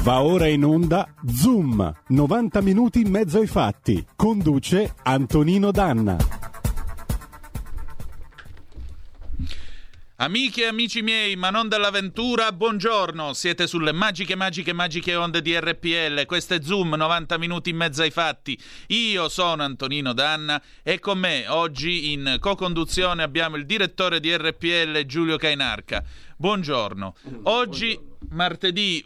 Va ora in onda Zoom, 90 minuti in mezzo ai fatti. Conduce Antonino Danna. Amiche e amici miei, ma non dell'avventura, buongiorno. Siete sulle magiche onde di RPL. Questo è Zoom, 90 minuti in mezzo ai fatti. Io sono Antonino Danna e con me oggi in co-conduzione abbiamo il direttore di RPL Giulio Cainarca. Buongiorno. Oggi, martedì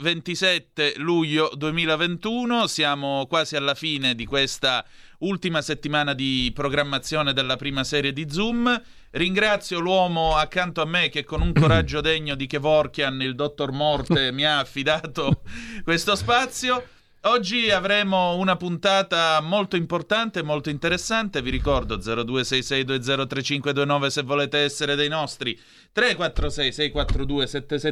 27 luglio 2021, siamo quasi alla fine di questa ultima settimana di programmazione della prima serie di Zoom. Ringrazio l'uomo accanto a me che con un coraggio degno di Kevorkian, il dottor Morte, mi ha affidato questo spazio. Oggi avremo una puntata molto importante, molto interessante. Vi ricordo 0266203529 se volete essere dei nostri, 346 642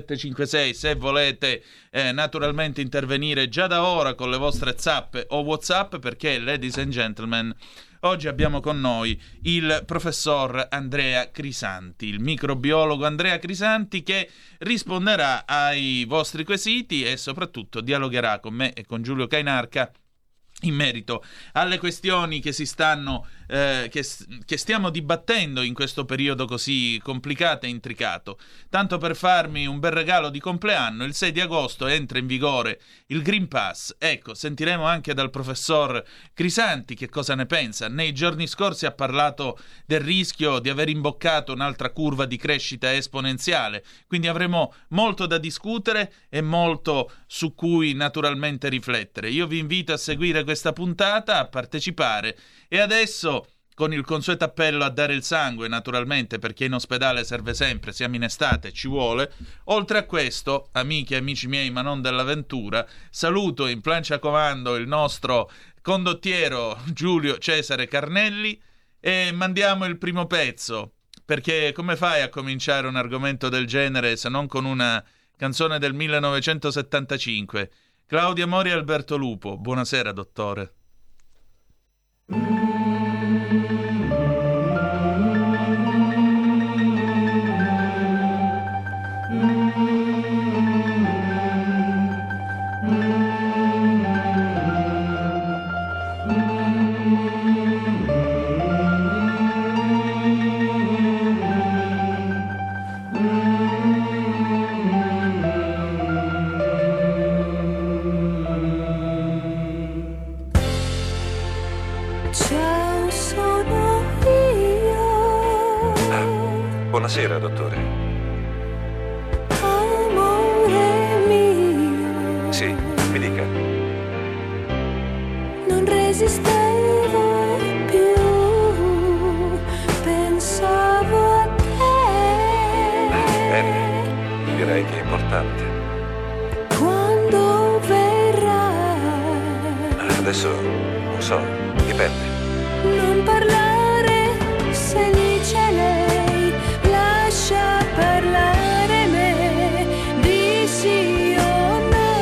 7756 se volete naturalmente intervenire già da ora con le vostre zappe o WhatsApp, perché, ladies and gentlemen, oggi abbiamo con noi il professor Andrea Crisanti, il microbiologo Andrea Crisanti, che risponderà ai vostri quesiti e soprattutto dialogherà con me e con Giulio Cainarca in merito alle questioni che si stanno che stiamo dibattendo in questo periodo così complicato e intricato. Tanto per farmi un bel regalo di compleanno, il 6 di agosto entra in vigore il Green Pass. Ecco, sentiremo anche dal professor Crisanti che cosa ne pensa. Nei giorni scorsi ha parlato del rischio di aver imboccato un'altra curva di crescita esponenziale, quindi avremo molto da discutere e molto su cui naturalmente riflettere. Io vi invito a seguire questa puntata, a partecipare, e adesso, con il consueto appello a dare il sangue, naturalmente, perché in ospedale serve sempre, siamo in estate, ci vuole. Oltre a questo, amiche e amici miei, ma non dell'avventura, saluto in plancia comando il nostro condottiero Giulio Cesare Carnelli e mandiamo il primo pezzo, perché come fai a cominciare un argomento del genere se non con una canzone del 1975? Claudia Mori e Alberto Lupo. Buonasera, dottore. Buonasera, dottore. Amore mio. Sì, mi dica. Non resistevo più, pensavo a te. Bene, direi che è importante. Quando verrai? Adesso, non so, dipende. Non parlare se dice lei, lascia parlare me, di sì o no.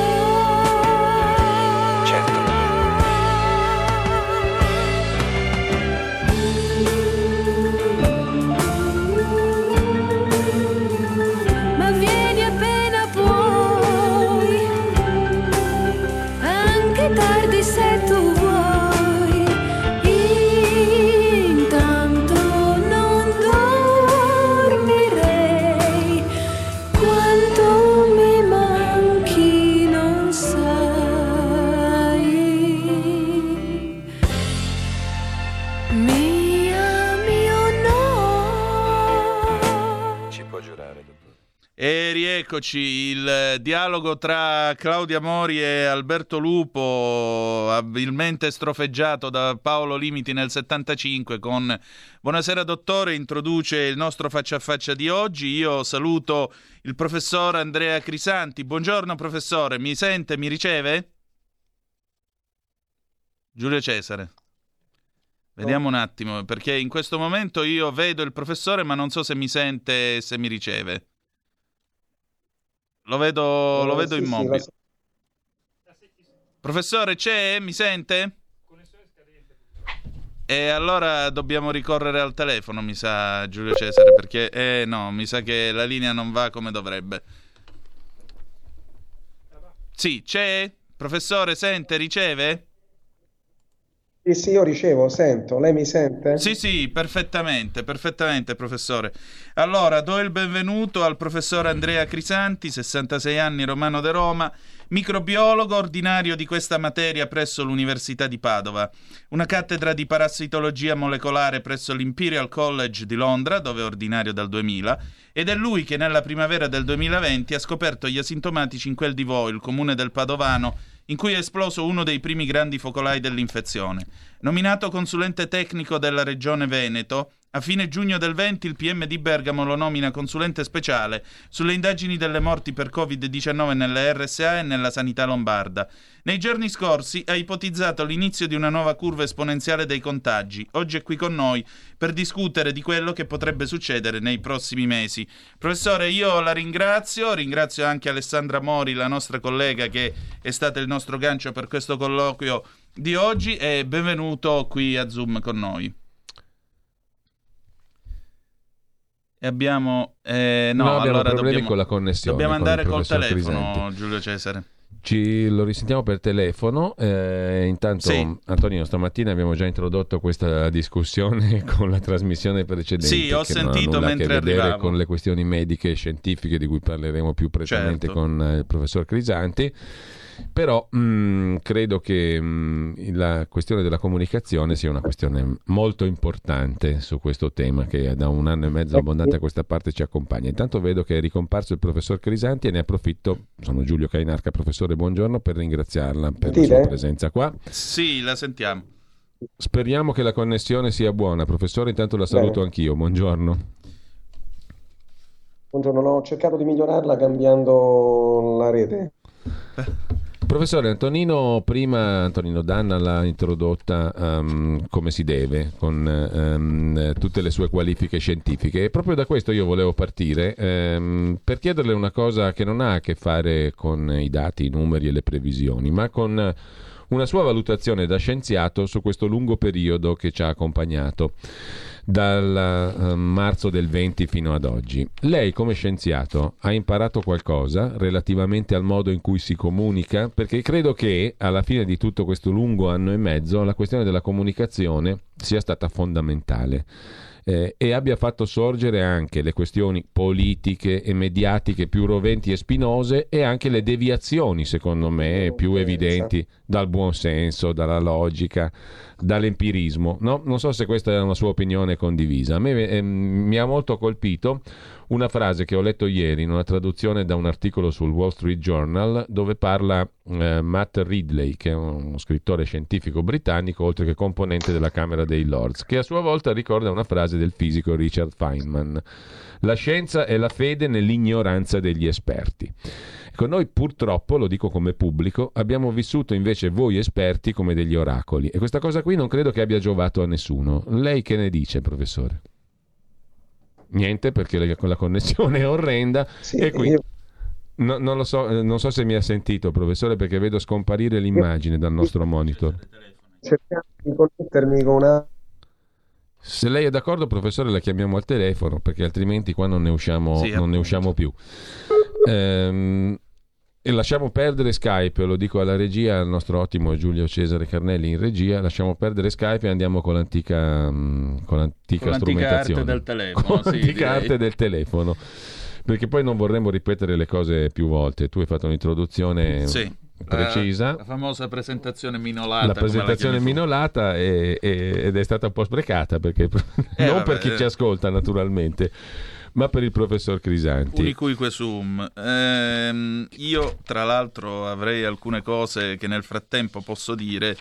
Certo. Ma vieni appena puoi, anche tardi se tu vuoi. Intanto non dormirei, quanto mi manchi non sai. Mi ami o no? Ci può giurare, dottore. E rieccoci, il dialogo tra Claudia Mori e Alberto Lupo, abilmente strofeggiato da Paolo Limiti nel 75 con Buonasera dottore, introduce il nostro faccia a faccia di oggi. Io saluto il professor Andrea Crisanti. Buongiorno professore, mi sente, mi riceve? Giulio Cesare. Vediamo un attimo, perché in questo momento io vedo il professore ma non so se mi sente e se mi riceve. Lo vedo immobile. Professore, c'è? Mi sente? E allora dobbiamo ricorrere al telefono, mi sa, Giulio Cesare, perché no, mi sa che la linea non va come dovrebbe. Sì, c'è? Professore, sente, riceve? Sì, io ricevo, sento. Lei mi sente? Sì, perfettamente, professore. Allora, do il benvenuto al professor Andrea Crisanti, 66 anni, romano de Roma, microbiologo ordinario di questa materia presso l'Università di Padova, una cattedra di parassitologia molecolare presso l'Imperial College di Londra, dove è ordinario dal 2000, ed è lui che nella primavera del 2020 ha scoperto gli asintomatici in quel di Vo, il comune del Padovano, in cui è esploso uno dei primi grandi focolai dell'infezione. Nominato consulente tecnico della Regione Veneto, a fine giugno del 20 il PM di Bergamo lo nomina consulente speciale sulle indagini delle morti per Covid-19 nelle RSA e nella sanità lombarda. Nei giorni scorsi ha ipotizzato l'inizio di una nuova curva esponenziale dei contagi. Oggi è qui con noi per discutere di quello che potrebbe succedere nei prossimi mesi. Professore, io la ringrazio anche Alessandra Mori, la nostra collega che è stata il nostro gancio per questo colloquio di oggi, e benvenuto qui a Zoom con noi. E abbiamo abbiamo problemi con la connessione. Dobbiamo andare con col il professor telefono, Crisanti. Giulio Cesare. Lo risentiamo per telefono. Intanto, Sì. Antonino, stamattina abbiamo già introdotto questa discussione con la trasmissione precedente. Sì, ho che sentito non ha nulla mentre a che vedere arrivavo. con le questioni mediche e scientifiche di cui parleremo più prettamente Certo. con il professor Crisanti. Però credo che la questione della comunicazione sia una questione molto importante su questo tema che da 1 anno e mezzo abbondante a questa parte ci accompagna. Intanto vedo che è ricomparso il professor Crisanti e ne approfitto, sono Giulio Cainarca, professore, buongiorno, per ringraziarla per la sua presenza qua. Sì, la sentiamo. Speriamo che la connessione sia buona. Professore, intanto la saluto anch'io, buongiorno. Buongiorno, ho cercato di migliorarla cambiando la rete. Professore, Antonino Danna l'ha introdotta come si deve, con tutte le sue qualifiche scientifiche, e proprio da questo io volevo partire per chiederle una cosa che non ha a che fare con i dati, i numeri e le previsioni, ma con una sua valutazione da scienziato su questo lungo periodo che ci ha accompagnato dal marzo del 20 fino ad oggi. Lei come scienziato ha imparato qualcosa relativamente al modo in cui si comunica? Perché credo che alla fine di tutto questo lungo anno e mezzo la questione della comunicazione sia stata fondamentale. E abbia fatto sorgere anche le questioni politiche e mediatiche più roventi e spinose, e anche le deviazioni, secondo me, più evidenti dal buon senso, dalla logica, dall'empirismo. No? Non so se questa è una sua opinione condivisa. A me mi ha molto colpito una frase che ho letto ieri in una traduzione da un articolo sul Wall Street Journal, dove parla Matt Ridley, che è uno scrittore scientifico britannico, oltre che componente della Camera dei Lords, che a sua volta ricorda una frase del fisico Richard Feynman: la scienza è la fede nell'ignoranza degli esperti. Ecco, noi purtroppo, lo dico come pubblico, abbiamo vissuto invece voi esperti come degli oracoli, e questa cosa qui non credo che abbia giovato a nessuno. Lei che ne dice, professore? Niente, perché la connessione è orrenda, Sì, e quindi non lo so, non so se mi ha sentito, professore, perché vedo scomparire l'immagine dal nostro monitor. Cercando di connettermi con una... Se lei è d'accordo, professore, la chiamiamo al telefono, perché altrimenti qua non ne usciamo, Sì, non ne usciamo più. E lasciamo perdere Skype, lo dico alla regia, al nostro ottimo Giulio Cesare Carnelli in regia, lasciamo perdere Skype e andiamo con l'antica strumentazione. Arte del telefono, con sì, l'antica direi. arte del telefono, perché poi non vorremmo ripetere le cose più volte. Tu hai fatto un'introduzione precisa, la famosa presentazione minolata. la come presentazione chiami tu. minolata ed è stata un po' sprecata, perché non vabbè, per chi ci ascolta naturalmente, ma per il professor Crisanti. Unicuique sum. Io tra l'altro avrei alcune cose che nel frattempo posso dire,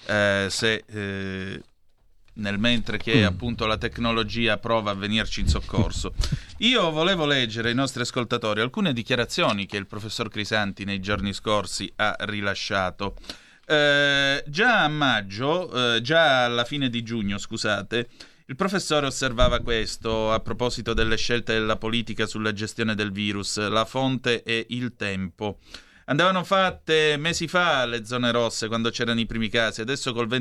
nel mentre che appunto la tecnologia prova a venirci in soccorso. Io volevo leggere ai nostri ascoltatori alcune dichiarazioni che il professor Crisanti nei giorni scorsi ha rilasciato. Già a maggio, già alla fine di giugno, scusate, il professore osservava questo a proposito delle scelte della politica sulla gestione del virus: la fonte è Il Tempo. Andavano fatte mesi fa le zone rosse, quando c'erano i primi casi. Adesso col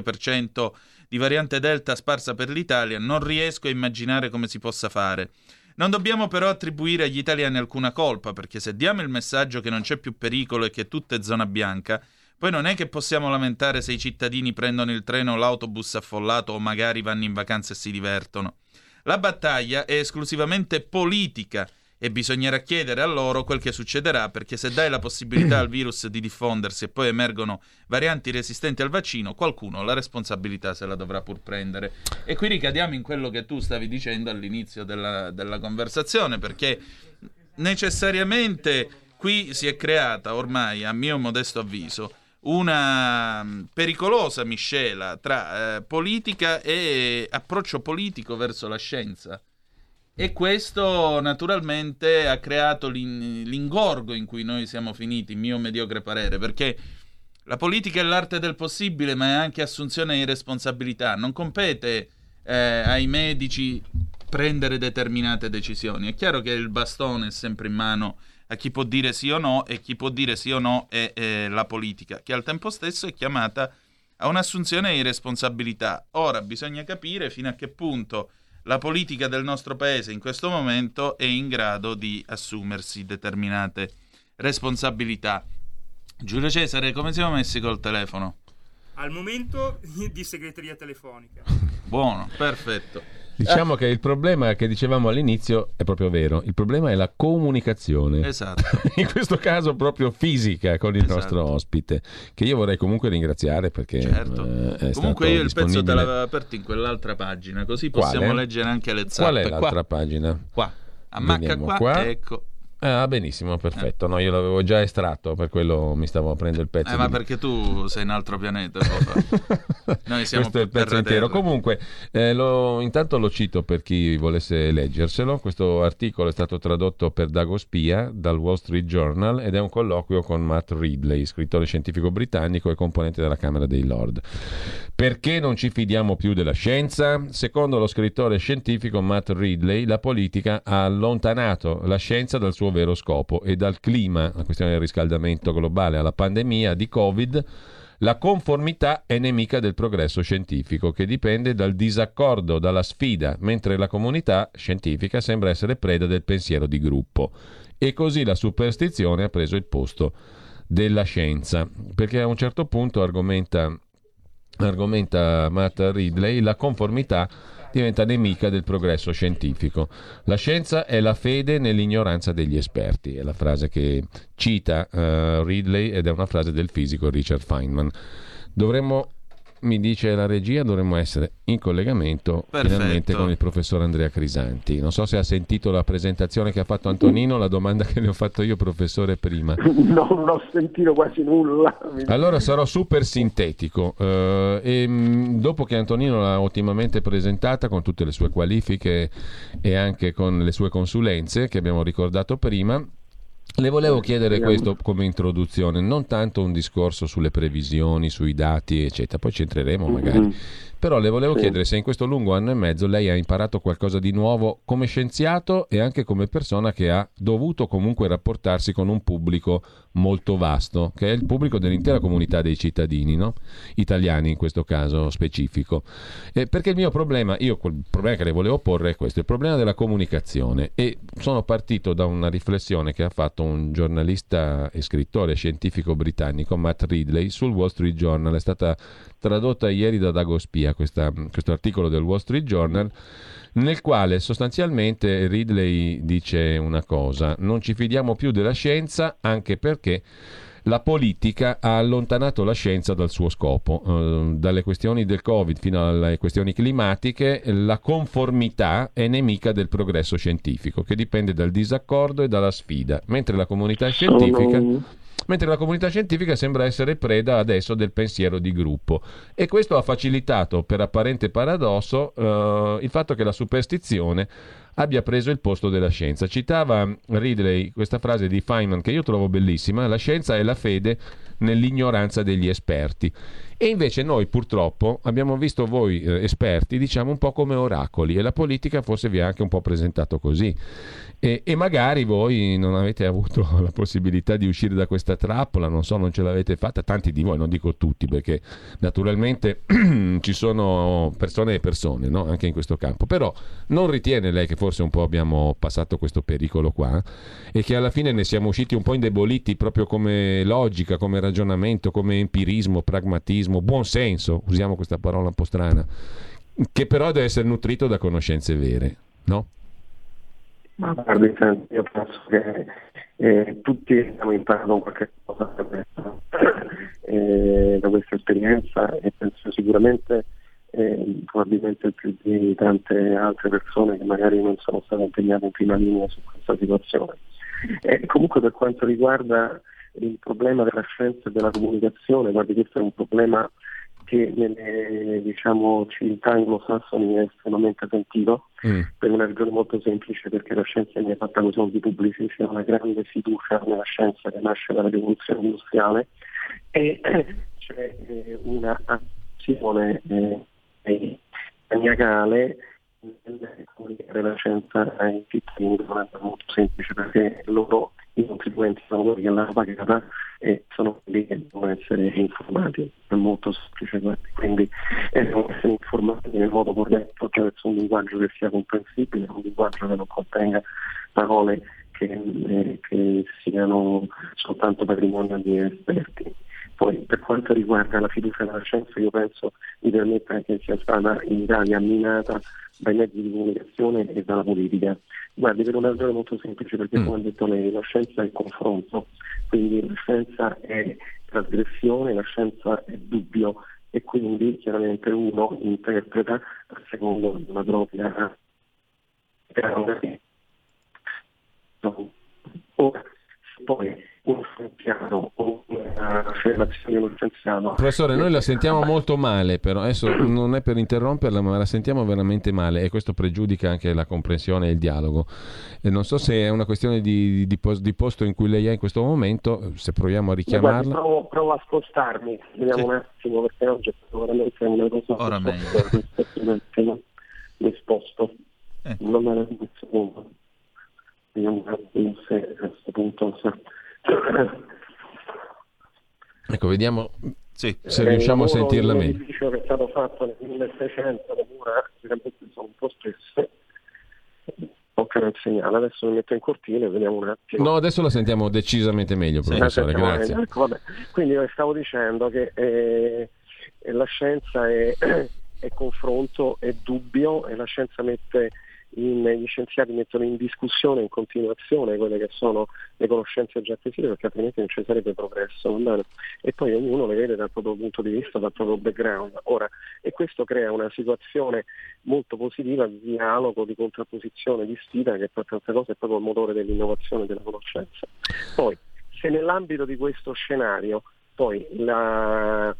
20-25% di variante Delta sparsa per l'Italia non riesco a immaginare come si possa fare. Non dobbiamo però attribuire agli italiani alcuna colpa, perché se diamo il messaggio che non c'è più pericolo e che tutto è zona bianca, poi non è che possiamo lamentare se i cittadini prendono il treno o l'autobus affollato o magari vanno in vacanza e si divertono. La battaglia è esclusivamente politica e bisognerà chiedere a loro quel che succederà, perché se dai la possibilità al virus di diffondersi e poi emergono varianti resistenti al vaccino, qualcuno la responsabilità se la dovrà pur prendere. E qui ricadiamo in quello che tu stavi dicendo all'inizio della conversazione, perché necessariamente qui si è creata ormai, a mio modesto avviso, una pericolosa miscela tra politica e approccio politico verso la scienza. E questo naturalmente ha creato l'ingorgo in cui noi siamo finiti, mio mediocre parere, perché la politica è l'arte del possibile, ma è anche assunzione di responsabilità. Non compete ai medici prendere determinate decisioni. È chiaro che il bastone è sempre in mano a chi può dire sì o no, e chi può dire sì o no è la politica, che al tempo stesso è chiamata a un'assunzione di responsabilità. Ora bisogna capire fino a che punto la politica del nostro paese in questo momento è in grado di assumersi determinate responsabilità. Giulio Cesare, come siamo messi col telefono? Al momento di segreteria telefonica. Buono, perfetto. Diciamo che il problema che dicevamo all'inizio è proprio vero, il problema è la comunicazione. Esatto. In questo caso proprio fisica con il nostro ospite, che io vorrei comunque ringraziare perché certo. È comunque io il disponibile. pezzo te l'avevo aperto in quell'altra pagina, così possiamo Quale? leggere anche le zappe. Qual è l'altra pagina? Qua, ammacca qua, ecco. Ah, benissimo, perfetto. No, io l'avevo già estratto, per quello mi stavo aprendo il pezzo. Ma perché tu sei in un altro pianeta. Noi siamo questo è il pezzo intero. Comunque, intanto lo cito per chi volesse leggerselo. Questo articolo è stato tradotto per Dago Spia dal Wall Street Journal ed è un colloquio con Matt Ridley, scrittore scientifico britannico e componente della Camera dei Lord. Perché non ci fidiamo più della scienza? Secondo lo scrittore scientifico Matt Ridley, la politica ha allontanato la scienza dal suo vero scopo e dal clima, la questione del riscaldamento globale alla pandemia di Covid. La conformità è nemica del progresso scientifico, che dipende dal disaccordo, dalla sfida, mentre la comunità scientifica sembra essere preda del pensiero di gruppo. E così la superstizione ha preso il posto della scienza, perché a un certo punto argomenta Matt Ridley, la conformità diventa nemica del progresso scientifico. La scienza è la fede nell'ignoranza degli esperti, è la frase che cita Ridley ed è una frase del fisico Richard Feynman. Mi dice la regia, dovremmo essere in collegamento finalmente con il professor Andrea Crisanti. Non so se ha sentito la presentazione che ha fatto Antonino, la domanda che le ho fatto io, professore, prima. No, non ho sentito quasi nulla. Allora sarò super sintetico. Dopo che Antonino l'ha ottimamente presentata con tutte le sue qualifiche e anche con le sue consulenze che abbiamo ricordato prima, le volevo chiedere questo come introduzione, non tanto un discorso sulle previsioni, sui dati, eccetera, poi ci entreremo magari, però le volevo chiedere se in questo lungo anno e mezzo lei ha imparato qualcosa di nuovo come scienziato e anche come persona che ha dovuto comunque rapportarsi con un pubblico molto vasto, che è il pubblico dell'intera comunità dei cittadini, no? Italiani in questo caso specifico. Perché il problema che le volevo porre è questo, il problema della comunicazione, e sono partito da una riflessione che ha fatto un giornalista e scrittore scientifico britannico, Matt Ridley, sul Wall Street Journal. È stata tradotta ieri da Dago Spia questo articolo del Wall Street Journal, nel quale sostanzialmente Ridley dice una cosa: non ci fidiamo più della scienza, anche perché la politica ha allontanato la scienza dal suo scopo, dalle questioni del Covid fino alle questioni climatiche. La conformità è nemica del progresso scientifico, che dipende dal disaccordo e dalla sfida, mentre la comunità scientifica sembra essere preda adesso del pensiero di gruppo, e questo ha facilitato, per apparente paradosso, il fatto che la superstizione abbia preso il posto della scienza. Citava Ridley questa frase di Feynman che io trovo bellissima: la scienza è la fede nell'ignoranza degli esperti. E invece noi purtroppo abbiamo visto voi esperti, diciamo, un po' come oracoli, e la politica forse vi ha anche un po' presentato così. E magari voi non avete avuto la possibilità di uscire da questa trappola, non so, non ce l'avete fatta, tanti di voi, non dico tutti, perché naturalmente ci sono persone e persone, no? Anche in questo campo, però non ritiene lei che forse un po' abbiamo passato questo pericolo qua e che alla fine ne siamo usciti un po' indeboliti proprio come logica, come ragionamento, come empirismo, pragmatismo, buon senso, usiamo questa parola un po' strana, che però deve essere nutrito da conoscenze vere, no? Ma guardi, io penso che tutti abbiamo imparato qualche cosa da questa esperienza, e penso sicuramente probabilmente più di tante altre persone che magari non sono state impegnate in prima linea su questa situazione. Comunque, per quanto riguarda il problema della scienza e della comunicazione, guardi, questo è un problema che nelle, diciamo, civiltà anglosassoni è estremamente sentito, per una ragione molto semplice, perché la scienza viene fatta con i soldi pubblici, c'è una grande fiducia nella scienza che nasce dalla rivoluzione industriale, e c'è una azione maniacale nel comunicare la scienza ai cittadini, che non è molto semplice, perché loro, i contribuenti, sono quelli che l'hanno pagata e sono quelli che devono essere informati. È molto semplice, quindi devono essere informati nel modo corretto, attraverso un linguaggio che sia comprensibile, un linguaggio che non contenga parole che siano soltanto patrimonio di esperti. Poi, per quanto riguarda la fiducia nella scienza, io penso di permettere che sia stata in Italia minata dai mezzi di comunicazione e dalla politica. Guardi, per una ragione molto semplice, perché come ha detto lei, la scienza è confronto, quindi la scienza è trasgressione, la scienza è dubbio, e quindi chiaramente uno interpreta a secondo della propria ora, poi uno scienziato o un'affermazione di uno scienziato. Professore, noi la sentiamo molto male, però adesso non è per interromperla, ma la sentiamo veramente male, e questo pregiudica anche la comprensione e il dialogo. E non so se è una questione di posto in cui lei è in questo momento, se proviamo a richiamarla. Guardi, provo a spostarmi, vediamo un attimo, perché oggi è stato veramente una cosa. Ora meglio. Mi sposto. Non me la dico un secondo. Vediamo un attimo se a questo punto ecco, vediamo se riusciamo a sentirla meglio. L'edificio che è stato fatto nel 1600, le mura veramente sono un po' spesse. Ok, non segnala, adesso mi metto in cortile e vediamo un attimo. No, adesso la sentiamo decisamente meglio, professore, grazie. Ecco, vabbè. Quindi io stavo dicendo che la scienza è confronto, è dubbio, e la scienza gli scienziati mettono in discussione in continuazione quelle che sono le conoscenze già acquisite, perché altrimenti non ci sarebbe progresso, va bene? E poi ognuno le vede dal proprio punto di vista, dal proprio background. Ora, e questo crea una situazione molto positiva di dialogo, di contrapposizione, di sfida, che per tante cose è proprio il motore dell'innovazione e della conoscenza. Poi, se nell'ambito di questo scenario poi la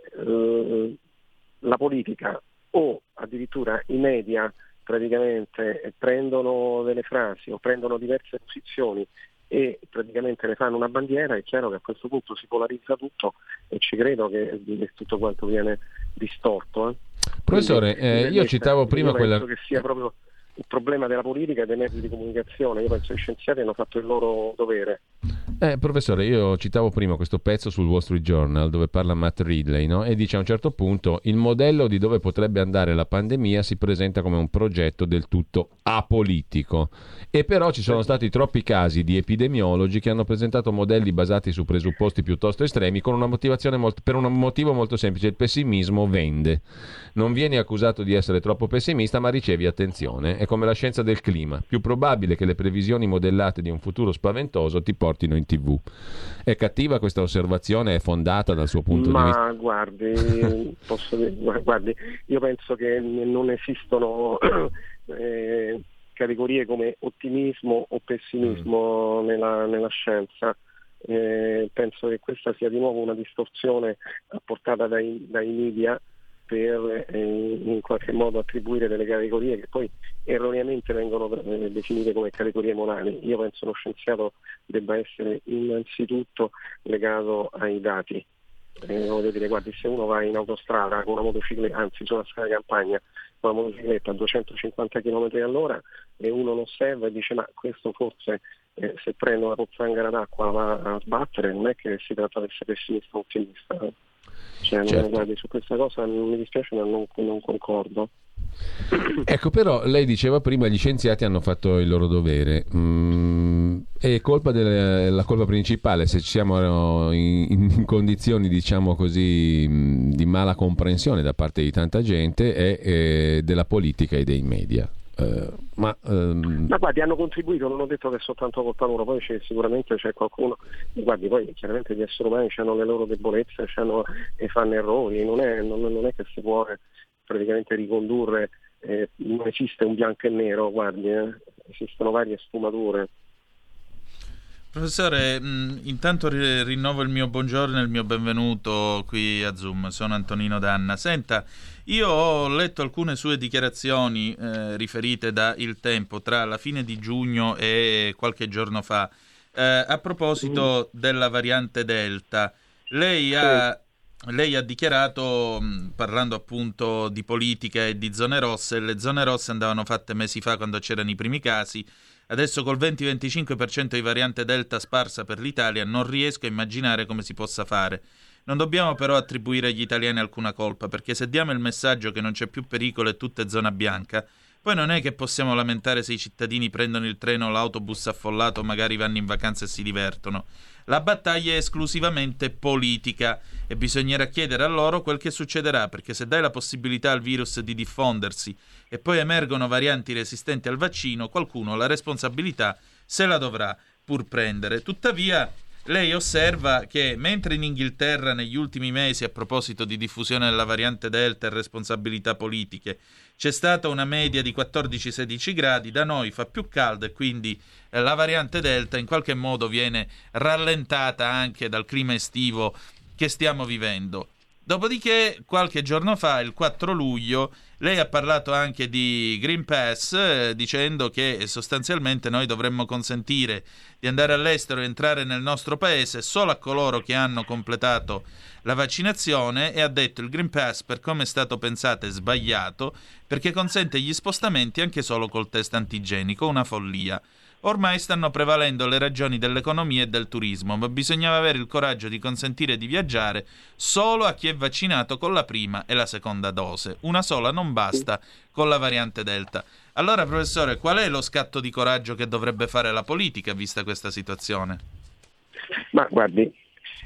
politica o addirittura i media praticamente prendono delle frasi o prendono diverse posizioni e praticamente ne fanno una bandiera, è chiaro che a questo punto si polarizza tutto, e ci credo che tutto quanto viene distorto. Professore, quindi, io citavo prima quella... Penso che sia proprio il problema della politica e dei mezzi di comunicazione. Io penso che gli scienziati hanno fatto il loro dovere. Professore, io citavo prima questo pezzo sul Wall Street Journal dove parla Matt Ridley, no? E dice a un certo punto: il modello di dove potrebbe andare la pandemia si presenta come un progetto del tutto apolitico, e però ci sono stati troppi casi di epidemiologi che hanno presentato modelli basati su presupposti piuttosto estremi con una motivazione per un motivo molto semplice: il pessimismo vende. Non vieni accusato di essere troppo pessimista, ma ricevi attenzione. È come la scienza del clima: più probabile che le previsioni modellate di un futuro spaventoso ti portino in TV. È cattiva questa osservazione? È fondata dal suo punto di vista? Ma guardi, guardi, io penso che non esistono categorie come ottimismo o pessimismo nella scienza. Penso che questa sia di nuovo una distorsione apportata dai media, per in qualche modo attribuire delle categorie che poi erroneamente vengono definite come categorie morali. Io penso che uno scienziato debba essere innanzitutto legato ai dati. Voglio dire, guardi, se uno va in autostrada con una motocicletta, anzi su una strada di campagna con una motocicletta a 250 km all'ora e uno lo osserva e dice ma questo forse se prende una pozzanghera d'acqua va a sbattere, non è che si tratta di essere pessimista o ottimista. Cioè, certo. Guardi, su questa cosa mi dispiace, ma non concordo. Ecco, però lei diceva prima gli scienziati hanno fatto il loro dovere. È colpa la colpa principale, se siamo in condizioni, diciamo così, di mala comprensione da parte di tanta gente, è della politica e dei media. Ma guardi, hanno contribuito, non ho detto che è soltanto colpa loro, poi sicuramente c'è qualcuno, guardi, poi chiaramente gli esseri umani hanno le loro debolezze e fanno errori, non è che si può praticamente ricondurre, non esiste un bianco e nero, guardi, esistono varie sfumature. Professore, intanto rinnovo il mio buongiorno e il mio benvenuto qui a Zoom. Sono Antonino Danna. Senta, io ho letto alcune sue dichiarazioni riferite da Il Tempo tra la fine di giugno e qualche giorno fa a proposito della variante Delta. Lei ha dichiarato, parlando appunto di politica e di zone rosse, le zone rosse andavano fatte mesi fa quando c'erano i primi casi. Adesso col 20-25% di variante Delta sparsa per l'Italia non riesco a immaginare come si possa fare. Non dobbiamo però attribuire agli italiani alcuna colpa, perché se diamo il messaggio che non c'è più pericolo e tutto è zona bianca, poi non è che possiamo lamentare se i cittadini prendono il treno o l'autobus affollato o magari vanno in vacanza e si divertono. La battaglia è esclusivamente politica e bisognerà chiedere a loro quel che succederà, perché se dai la possibilità al virus di diffondersi e poi emergono varianti resistenti al vaccino, qualcuno la responsabilità se la dovrà pur prendere. Tuttavia, lei osserva che mentre in Inghilterra negli ultimi mesi, a proposito di diffusione della variante Delta e responsabilità politiche, c'è stata una media di 14-16 gradi, da noi fa più caldo e quindi la variante Delta in qualche modo viene rallentata anche dal clima estivo che stiamo vivendo. Dopodiché, qualche giorno fa, il 4 luglio, lei ha parlato anche di Green Pass, dicendo che sostanzialmente noi dovremmo consentire di andare all'estero e entrare nel nostro paese solo a coloro che hanno completato la vaccinazione, e ha detto il Green Pass, per come è stato pensato, è sbagliato, perché consente gli spostamenti anche solo col test antigenico, una follia. Ormai stanno prevalendo le ragioni dell'economia e del turismo, ma bisognava avere il coraggio di consentire di viaggiare solo a chi è vaccinato con la prima e la seconda dose. Una sola non basta con la variante Delta. Allora, professore, qual è lo scatto di coraggio che dovrebbe fare la politica vista questa situazione? Ma guardi,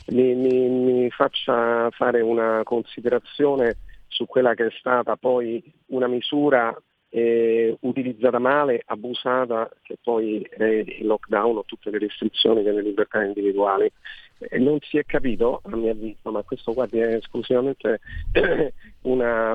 mi faccia fare una considerazione su quella che è stata poi una misura utilizzata male, abusata, che poi è il lockdown o tutte le restrizioni delle libertà individuali. Non si è capito, a mio avviso, ma questo guardi è esclusivamente una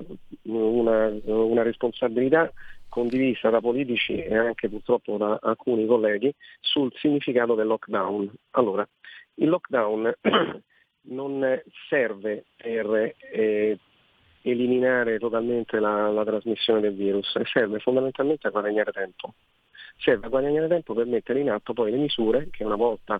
responsabilità condivisa da politici e anche purtroppo da alcuni colleghi sul significato del lockdown. Allora, il lockdown non serve per eliminare totalmente la trasmissione del virus, serve fondamentalmente a guadagnare tempo. Serve a guadagnare tempo per mettere in atto poi le misure che una volta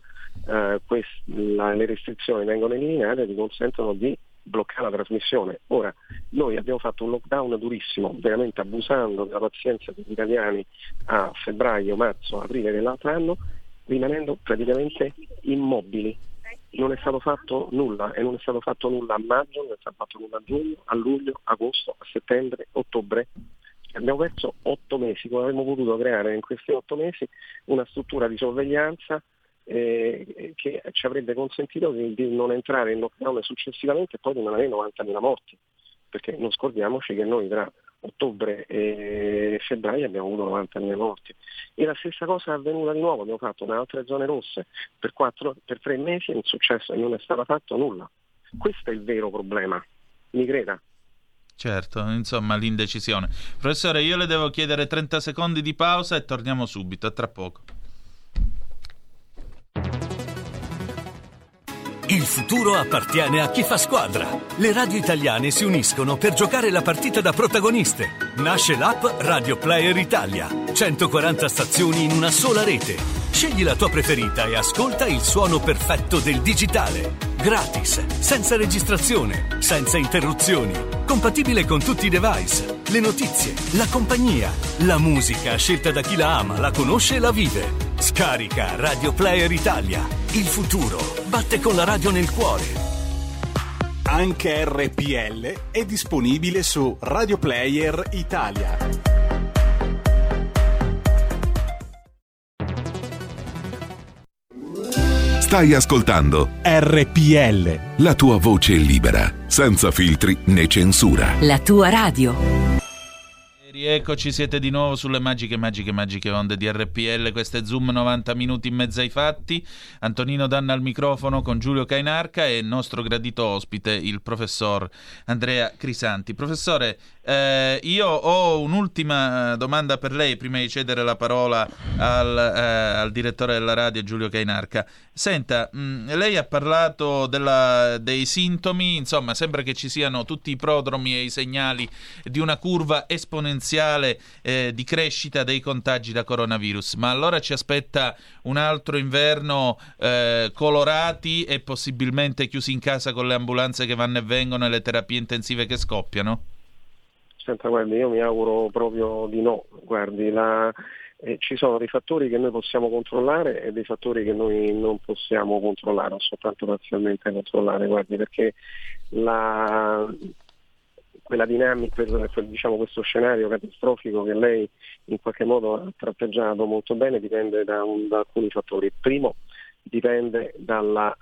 le restrizioni vengono eliminate ti consentono di bloccare la trasmissione. Ora, noi abbiamo fatto un lockdown durissimo, veramente abusando della pazienza degli italiani a febbraio, marzo, aprile dell'altro anno, rimanendo praticamente immobili. Non è stato fatto nulla, e non è stato fatto nulla a maggio, non è stato fatto nulla a giugno, a luglio, agosto, a settembre, ottobre. Abbiamo perso 8 mesi, come avremmo potuto creare in questi 8 mesi una struttura di sorveglianza che ci avrebbe consentito di non entrare in lockdown successivamente e poi di non avere 90.000 morti, perché non scordiamoci che noi tra ottobre e febbraio abbiamo avuto 90.000 morti, e la stessa cosa è avvenuta di nuovo. Abbiamo fatto da altre zone rosse per 3 mesi e non è successo e non è stato fatto nulla. Questo è il vero problema, mi creda. Certo, insomma, l'indecisione. Professore, io le devo chiedere 30 secondi di pausa e torniamo subito, a tra poco. Il futuro appartiene a chi fa squadra. Le radio italiane si uniscono per giocare la partita da protagoniste. Nasce l'app Radio Player Italia. 140 stazioni in una sola rete. Scegli la tua preferita e ascolta il suono perfetto del digitale. Gratis, senza registrazione, senza interruzioni. Compatibile con tutti i device. Le notizie, la compagnia, la musica scelta da chi la ama, la conosce e la vive. Scarica Radio Player Italia. Il futuro batte con la radio nel cuore. Anche RPL è disponibile su Radio Player Italia. Stai ascoltando RPL, la tua voce libera, senza filtri né censura. La tua radio. Eccoci, siete di nuovo sulle magiche onde di RPL. Questo è Zoom, 90 minuti in mezzo ai fatti. Antonino Danna al microfono con Giulio Cainarca e il nostro gradito ospite, il professor Andrea Crisanti. Professore, io ho un'ultima domanda per lei prima di cedere la parola al direttore della radio, Giulio Cainarca. Senta, lei ha parlato dei sintomi, insomma sembra che ci siano tutti i prodromi e i segnali di una curva esponenziale di crescita dei contagi da coronavirus, ma allora ci aspetta un altro inverno colorati e possibilmente chiusi in casa con le ambulanze che vanno e vengono e le terapie intensive che scoppiano? Senta, guardi, io mi auguro proprio di no. Guardi, ci sono dei fattori che noi possiamo controllare e dei fattori che noi non possiamo controllare o soltanto parzialmente controllare, guardi, perché quella dinamica, diciamo questo scenario catastrofico che lei in qualche modo ha tratteggiato molto bene dipende da alcuni fattori. Il primo dipende dal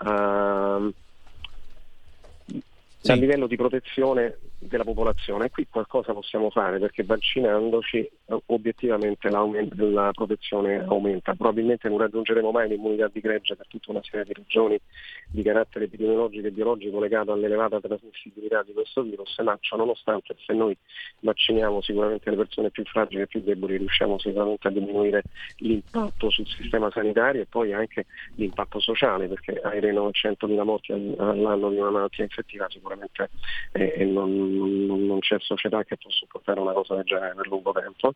livello di protezione della popolazione, e qui qualcosa possiamo fare perché vaccinandoci obiettivamente la protezione aumenta. Probabilmente non raggiungeremo mai l'immunità di gregge per tutta una serie di ragioni di carattere epidemiologico e biologico legato all'elevata trasmissibilità di questo virus, ma ciò nonostante, se noi vacciniamo sicuramente le persone più fragili e più deboli, riusciamo sicuramente a diminuire l'impatto sul sistema sanitario e poi anche l'impatto sociale, perché avere 900.000 morti all'anno di una malattia infettiva sicuramente non c'è società che può supportare una cosa del genere per lungo tempo,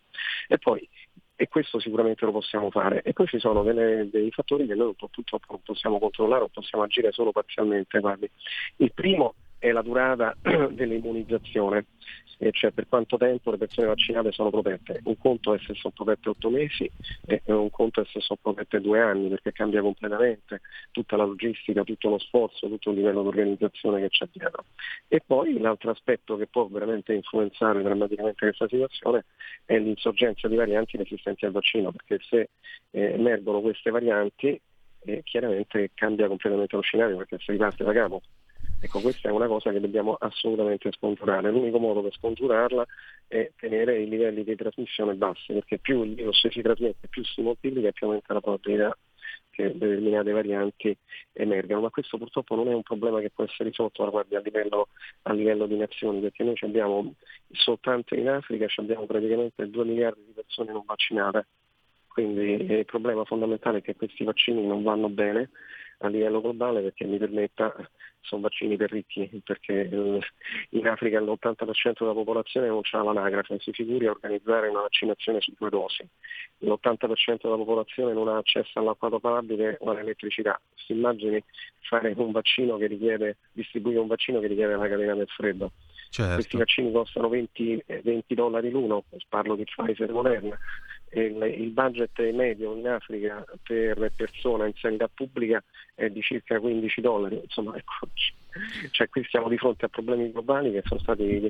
e questo sicuramente lo possiamo fare. E poi ci sono dei fattori che noi purtroppo non possiamo controllare o possiamo agire solo parzialmente. Guardi, il primo è la durata dell'immunizzazione, cioè per quanto tempo le persone vaccinate sono protette. Un conto è se sono protette 8 mesi e un conto è se sono protette 2 anni, perché cambia completamente tutta la logistica, tutto lo sforzo, tutto il livello di organizzazione che c'è dietro. E poi l'altro aspetto che può veramente influenzare drammaticamente questa situazione è l'insorgenza di varianti resistenti al vaccino, perché se emergono queste varianti chiaramente cambia completamente lo scenario, perché si riparte da capo. Ecco, questa è una cosa che dobbiamo assolutamente scongiurare. L'unico modo per scongiurarla è tenere i livelli di trasmissione bassi, perché più il virus si trasmette, più si moltiplica e più aumenta la probabilità che determinate varianti emergano. Ma questo purtroppo non è un problema che può essere risolto, guardi, a livello di nazioni, perché noi abbiamo soltanto in Africa abbiamo praticamente 2 miliardi di persone non vaccinate. Quindi il problema fondamentale è che questi vaccini non vanno bene a livello globale, perché mi permetta, sono vaccini per ricchi, perché in Africa l'80% della popolazione non c'ha l'anagrafe, si figuri a organizzare una vaccinazione su 2 dosi. L'80% della popolazione non ha accesso all'acqua potabile o all'elettricità. Si immagini fare distribuire un vaccino che richiede la catena del freddo. Certo. Questi vaccini costano $20 l'uno, parlo di Pfizer e Moderna. Il budget medio in Africa per persona in sanità pubblica è di circa $15. Insomma, ecco, cioè qui siamo di fronte a problemi globali che sono stati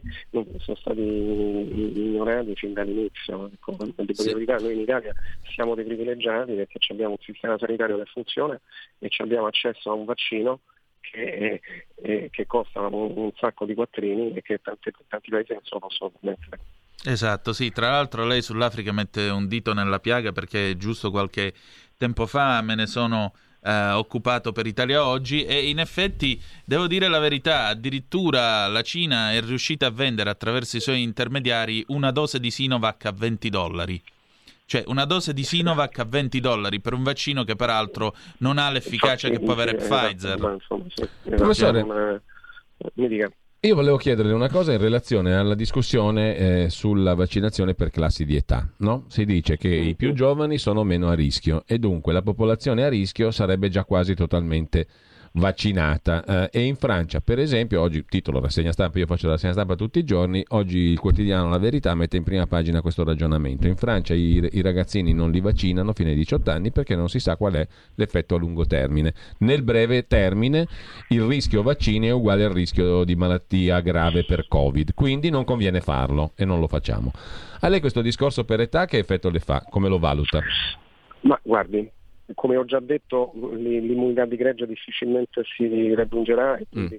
ignorati fin dall'inizio. Ecco, sì. Noi in Italia siamo dei privilegiati perché abbiamo un sistema sanitario che funziona e abbiamo accesso a un vaccino che costa un sacco di quattrini e che tanti paesi non se lo possono permettere. Esatto, sì, tra l'altro lei sull'Africa mette un dito nella piaga, perché giusto qualche tempo fa me ne sono occupato per Italia Oggi, e in effetti devo dire la verità, addirittura la Cina è riuscita a vendere attraverso i suoi intermediari una dose di Sinovac a $20. Cioè una dose di Sinovac a $20 per un vaccino che peraltro non ha l'efficacia che può avere Pfizer. Professore, mi dica. Io volevo chiederle una cosa in relazione alla discussione sulla vaccinazione per classi di età, no? Si dice che i più giovani sono meno a rischio e dunque la popolazione a rischio sarebbe già quasi totalmente vaccinata, e in Francia per esempio oggi, titolo rassegna stampa, io faccio la rassegna stampa tutti i giorni, oggi il quotidiano La Verità mette in prima pagina questo ragionamento: in Francia i ragazzini non li vaccinano fino ai 18 anni perché non si sa qual è l'effetto a lungo termine. Nel breve termine il rischio vaccini è uguale al rischio di malattia grave per Covid, quindi non conviene farlo e non lo facciamo. A lei questo discorso per età che effetto le fa? Come lo valuta? Ma guardi, come ho già detto, l'immunità di gregge difficilmente si raggiungerà e quindi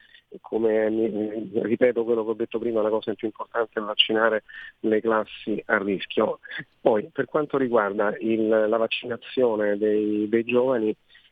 ripeto quello che ho detto prima, la cosa più importante è vaccinare le classi a rischio. Poi per quanto riguarda la vaccinazione dei giovani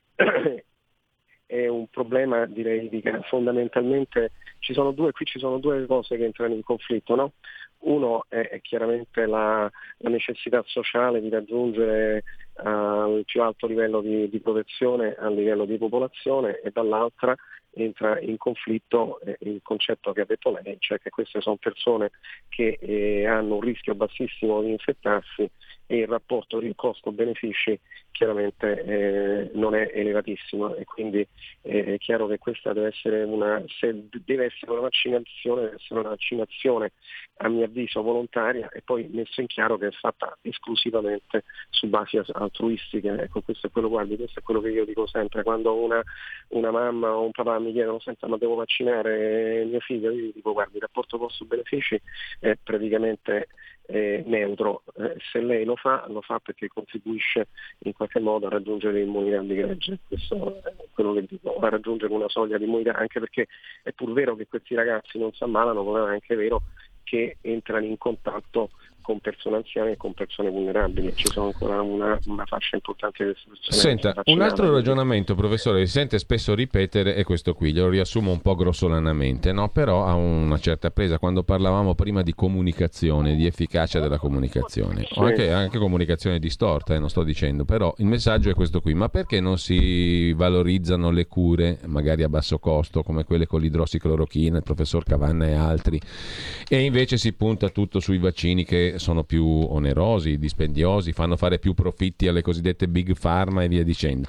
è un problema, direi, che fondamentalmente ci sono due cose che entrano in conflitto, no? Uno è chiaramente la necessità sociale di raggiungere il più alto livello di protezione a livello di popolazione, e dall'altra entra in conflitto il concetto che ha detto lei, cioè che queste sono persone che hanno un rischio bassissimo di infettarsi e il rapporto costo-benefici chiaramente non è elevatissimo, e quindi è chiaro che questa deve essere una vaccinazione, deve essere una vaccinazione a mio avviso volontaria, e poi messo in chiaro che è fatta esclusivamente su basi altruistiche. Ecco, questo è quello che io dico sempre quando una mamma o un papà mi chiedono: senta, ma devo vaccinare mio figlio? Io dico: guardi, il rapporto costo-benefici è praticamente neutro, se lei lo fa perché contribuisce in qualche modo a raggiungere l'immunità di gregge, questo è quello che dico, a raggiungere una soglia di immunità, anche perché è pur vero che questi ragazzi non si ammalano, ma è anche vero che entrano in contatto con persone anziane e con persone vulnerabili. Ci sono ancora una fascia importante di persone. Senta, un altro ragionamento, professore, che si sente spesso ripetere è questo qui, glielo riassumo un po' grossolanamente, no? Però ha una certa presa. Quando parlavamo prima di comunicazione, di efficacia della comunicazione, sì, o anche comunicazione distorta, non sto dicendo, però il messaggio è questo qui: ma perché non si valorizzano le cure, magari a basso costo, come quelle con l'idrossiclorochina, il professor Cavanna e altri, e invece si punta tutto sui vaccini che sono più onerosi, dispendiosi, fanno fare più profitti alle cosiddette big pharma e via dicendo.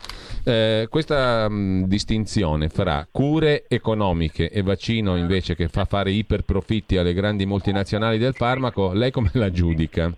Questa distinzione fra cure economiche e vaccino invece che fa fare iperprofitti alle grandi multinazionali del farmaco, lei come la giudica?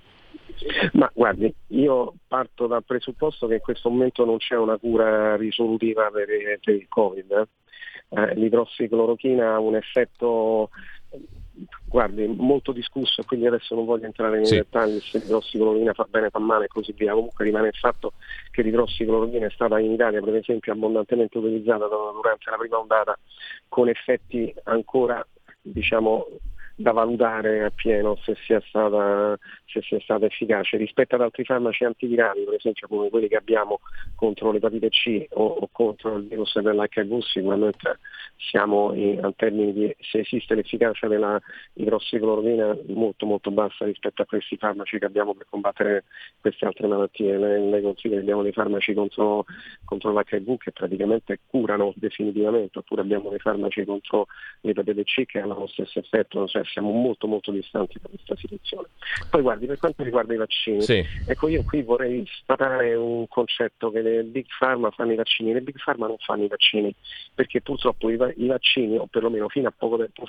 Ma guardi, io parto dal presupposto che in questo momento non c'è una cura risolutiva per il Covid. L'idrossiclorochina ha un effetto, guardi, molto discusso, e quindi adesso non voglio entrare nei dettagli se l'idrossiclorochina fa bene, fa male e così via. Comunque rimane il fatto che l'idrossiclorochina è stata in Italia per esempio abbondantemente utilizzata durante la prima ondata, con effetti ancora, diciamo, da valutare appieno se sia stata efficace rispetto ad altri farmaci antivirali, per esempio come quelli che abbiamo contro l'epatite C o contro il virus dell'HIV. Sicuramente siamo a termini di, se esiste l'efficacia della idrossiclorochina, molto molto bassa rispetto a questi farmaci che abbiamo per combattere queste altre malattie. Lei consiglia che abbiamo dei farmaci contro l'HIV che praticamente curano definitivamente, oppure abbiamo dei farmaci contro l'epatite C che hanno lo stesso effetto, cioè siamo molto molto distanti da questa situazione. Poi guardi, per quanto riguarda i vaccini, ecco, io qui vorrei sfatare un concetto: che le big pharma fanno i vaccini. Le big pharma non fanno i vaccini, perché purtroppo i vaccini, o perlomeno fino a poco tempo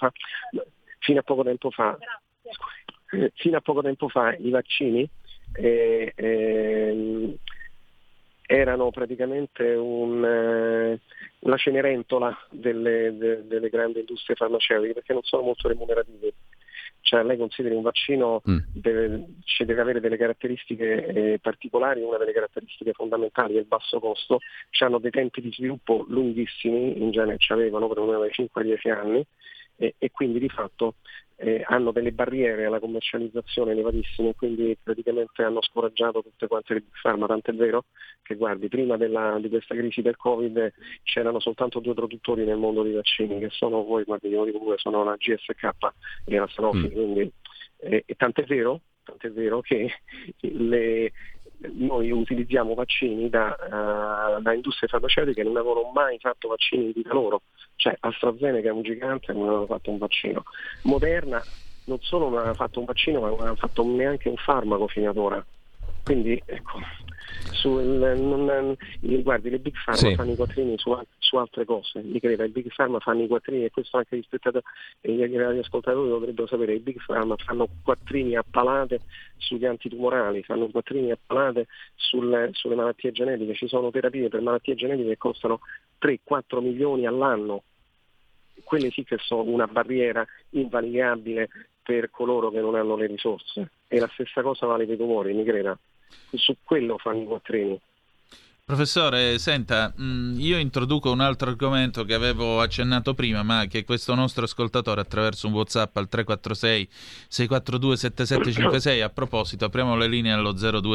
fa i vaccini erano praticamente la cenerentola delle grandi industrie farmaceutiche, perché non sono molto remunerativi. Cioè, lei consideri un vaccino deve avere delle caratteristiche particolari. Una delle caratteristiche fondamentali è il basso costo. Hanno dei tempi di sviluppo lunghissimi, in genere ci avevano per una dai 5-10 anni, e quindi di fatto hanno delle barriere alla commercializzazione elevatissime, quindi praticamente hanno scoraggiato tutte quante le big pharma, tant'è vero che, guardi, prima di questa crisi del Covid c'erano soltanto 2 produttori nel mondo dei vaccini, che sono, voi guardi, sono la GSK e la Sanofi, quindi tant'è vero tant'è vero che noi utilizziamo vaccini da industrie farmaceutiche che non avevano mai fatto vaccini in vita loro, cioè AstraZeneca è un gigante, non aveva fatto un vaccino. Moderna non solo non aveva fatto un vaccino, ma non aveva fatto neanche un farmaco fino ad ora. Quindi ecco, guardi, le big pharma fanno i quattrini su altre cose, mi creda, i big pharma fanno i quattrini, e questo anche rispetto agli ascoltatori dovrebbero sapere, i big pharma fanno quattrini a palate sugli antitumorali, fanno quattrini a palate sulle malattie genetiche. Ci sono terapie per malattie genetiche che costano 3-4 milioni all'anno, quelle sì che sono una barriera invalicabile per coloro che non hanno le risorse, e la stessa cosa vale per i tumori, mi creda. Su quello fanno i quattrini. Professore, senta, io introduco un altro argomento che avevo accennato prima, ma che questo nostro ascoltatore attraverso un WhatsApp al 346-642-7756, a proposito, apriamo le linee allo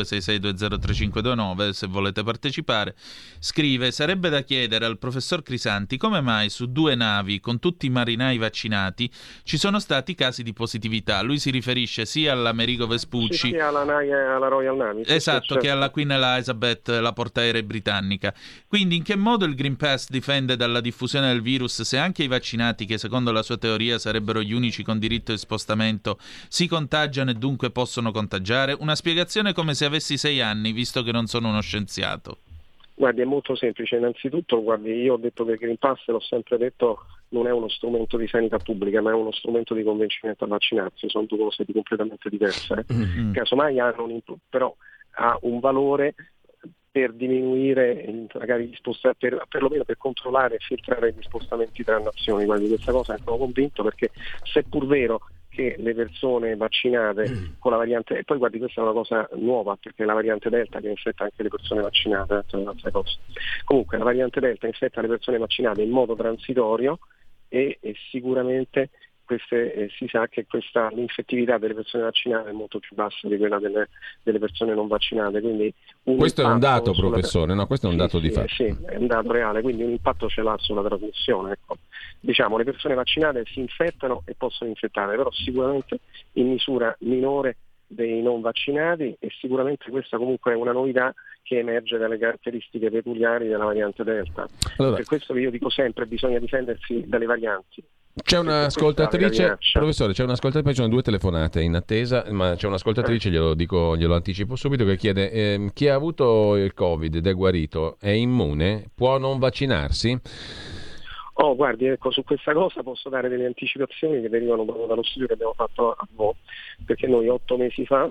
0266203529 se volete partecipare, scrive: sarebbe da chiedere al professor Crisanti come mai su 2 navi con tutti i marinai vaccinati ci sono stati casi di positività. Lui si riferisce sia all'Amerigo Vespucci, sia alla Royal Navy, esatto, che alla Queen Elizabeth, la portaerei britannica. Quindi in che modo il Green Pass difende dalla diffusione del virus se anche i vaccinati, che secondo la sua teoria sarebbero gli unici con diritto di spostamento, si contagiano e dunque possono contagiare? Una spiegazione come se avessi 6 anni, visto che non sono uno scienziato. Guardi, è molto semplice. Innanzitutto, guardi, io ho detto che il Green Pass, l'ho sempre detto, non è uno strumento di sanità pubblica, ma è uno strumento di convincimento a vaccinarsi. Sono 2 cose completamente diverse. Casomai però ha un valore per diminuire magari gli spostamenti, perlomeno per controllare e filtrare gli spostamenti tra nazioni. Guardi, questa cosa sono convinto, perché seppur vero che le persone vaccinate con la variante, e poi guardi, questa è una cosa nuova, perché la variante Delta che infetta anche le persone vaccinate, è un'altra cosa. Comunque la variante Delta infetta le persone vaccinate in modo transitorio, e sicuramente si sa che l'infettività delle persone vaccinate è molto più bassa di quella delle persone non vaccinate. Quindi questo è un dato, professore, no? Questo è un dato di fatto. Sì, è un dato reale, quindi un impatto ce l'ha sulla trasmissione. Ecco. Diciamo, le persone vaccinate si infettano e possono infettare, però sicuramente in misura minore dei non vaccinati, e sicuramente questa comunque è una novità che emerge dalle caratteristiche peculiari della variante Delta. Allora, per questo che io dico sempre, bisogna difendersi dalle varianti. C'è un'ascoltatrice, professore, ci sono 2 telefonate in attesa, ma c'è un'ascoltatrice, glielo anticipo subito, che chiede: chi ha avuto il Covid ed è guarito è immune? Può non vaccinarsi? Oh, guardi, ecco, su questa cosa posso dare delle anticipazioni che derivano proprio dallo studio che abbiamo fatto a Vo, perché noi 8 mesi fa,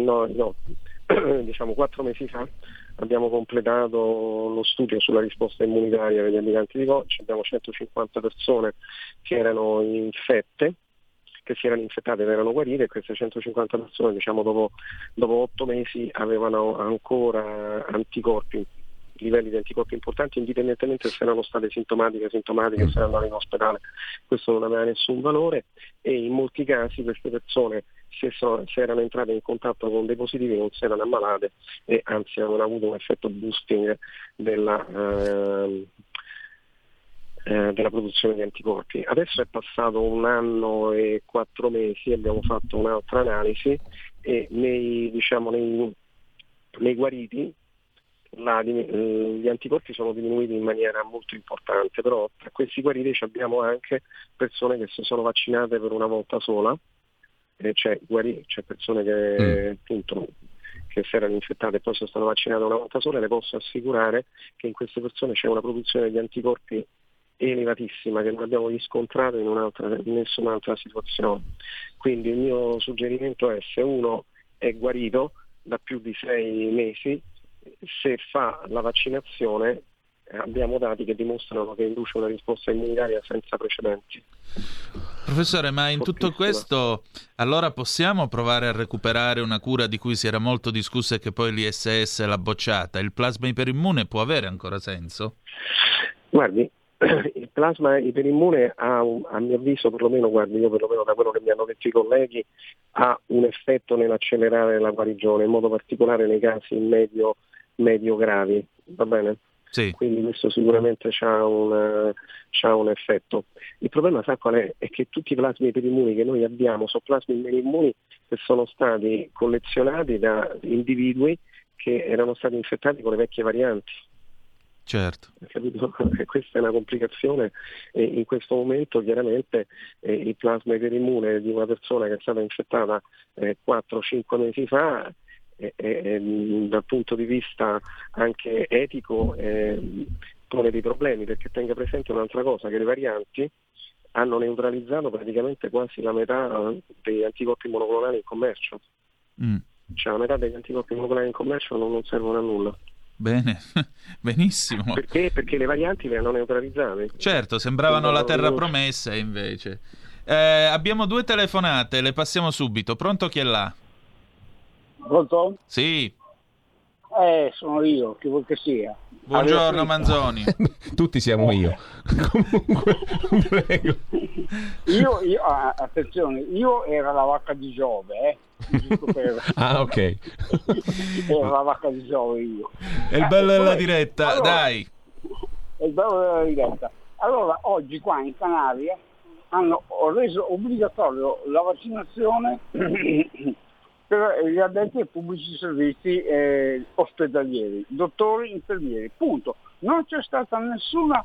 diciamo 4 mesi fa, abbiamo completato lo studio sulla risposta immunitaria degli abitanti di Vo. Abbiamo 150 persone che erano infettate ed erano guarite, e queste 150 persone, diciamo, dopo 8 mesi avevano ancora anticorpi, livelli di anticorpi importanti, indipendentemente se erano state sintomatiche, se erano andate in ospedale. Questo non aveva nessun valore, e in molti casi queste persone, se erano entrate in contatto con dei positivi, non si erano ammalate, e anzi avevano avuto un effetto boosting della produzione di anticorpi. Adesso è passato 1 anno e 4 mesi, abbiamo fatto un'altra analisi, e nei guariti gli anticorpi sono diminuiti in maniera molto importante, però tra questi guariti abbiamo anche persone che si sono vaccinate per una volta sola, c'è persone che appunto che si erano infettate e poi sono state vaccinate una volta sola, e le posso assicurare che in queste persone c'è una produzione di anticorpi elevatissima che non abbiamo riscontrato in nessun'altra situazione. Quindi il mio suggerimento è: se uno è guarito da più di 6 mesi, se fa la vaccinazione, abbiamo dati che dimostrano che induce una risposta immunitaria senza precedenti. Professore, ma in tutto questo allora possiamo provare a recuperare una cura di cui si era molto discusso e che poi l'ISS l'ha bocciata? Il plasma iperimmune può avere ancora senso? Guardi, il plasma iperimmune ha, a mio avviso, perlomeno da quello che mi hanno detto i colleghi, ha un effetto nell'accelerare la guarigione, in modo particolare nei casi medio gravi, va bene? Sì. Quindi questo sicuramente c'ha un effetto. Il problema, sa qual è? È che tutti i plasmi iperimmuni che noi abbiamo sono plasmi iperimmuni che sono stati collezionati da individui che erano stati infettati con le vecchie varianti. Certo. Capito? Questa è una complicazione e in questo momento chiaramente il plasma iperimmune di una persona che è stata infettata 4-5 mesi fa dal punto di vista anche etico pone dei problemi, perché tenga presente un'altra cosa, che le varianti hanno neutralizzato praticamente quasi la metà degli anticorpi monoclonali in commercio. Cioè la metà degli anticorpi monoclonali in commercio non servono a nulla. Bene, benissimo. Perché? Perché le varianti le hanno neutralizzate. Certo, sembravano la terra promessa, invece. Abbiamo 2 telefonate, le passiamo subito. Pronto, chi è là? Pronto? Sì. Sono io, chi vuol che sia. Buongiorno Manzoni. Tutti siamo io. Comunque, prego. Io attenzione, io era la vacca di Giove, Ah, ok. Era la vacca di Giove io. È il bello della diretta, allora, dai. È il bello della diretta. Allora, oggi qua in Canaria hanno reso obbligatorio la vaccinazione per gli addetti ai pubblici servizi ospedalieri, dottori, infermieri, punto. Non c'è stata nessuna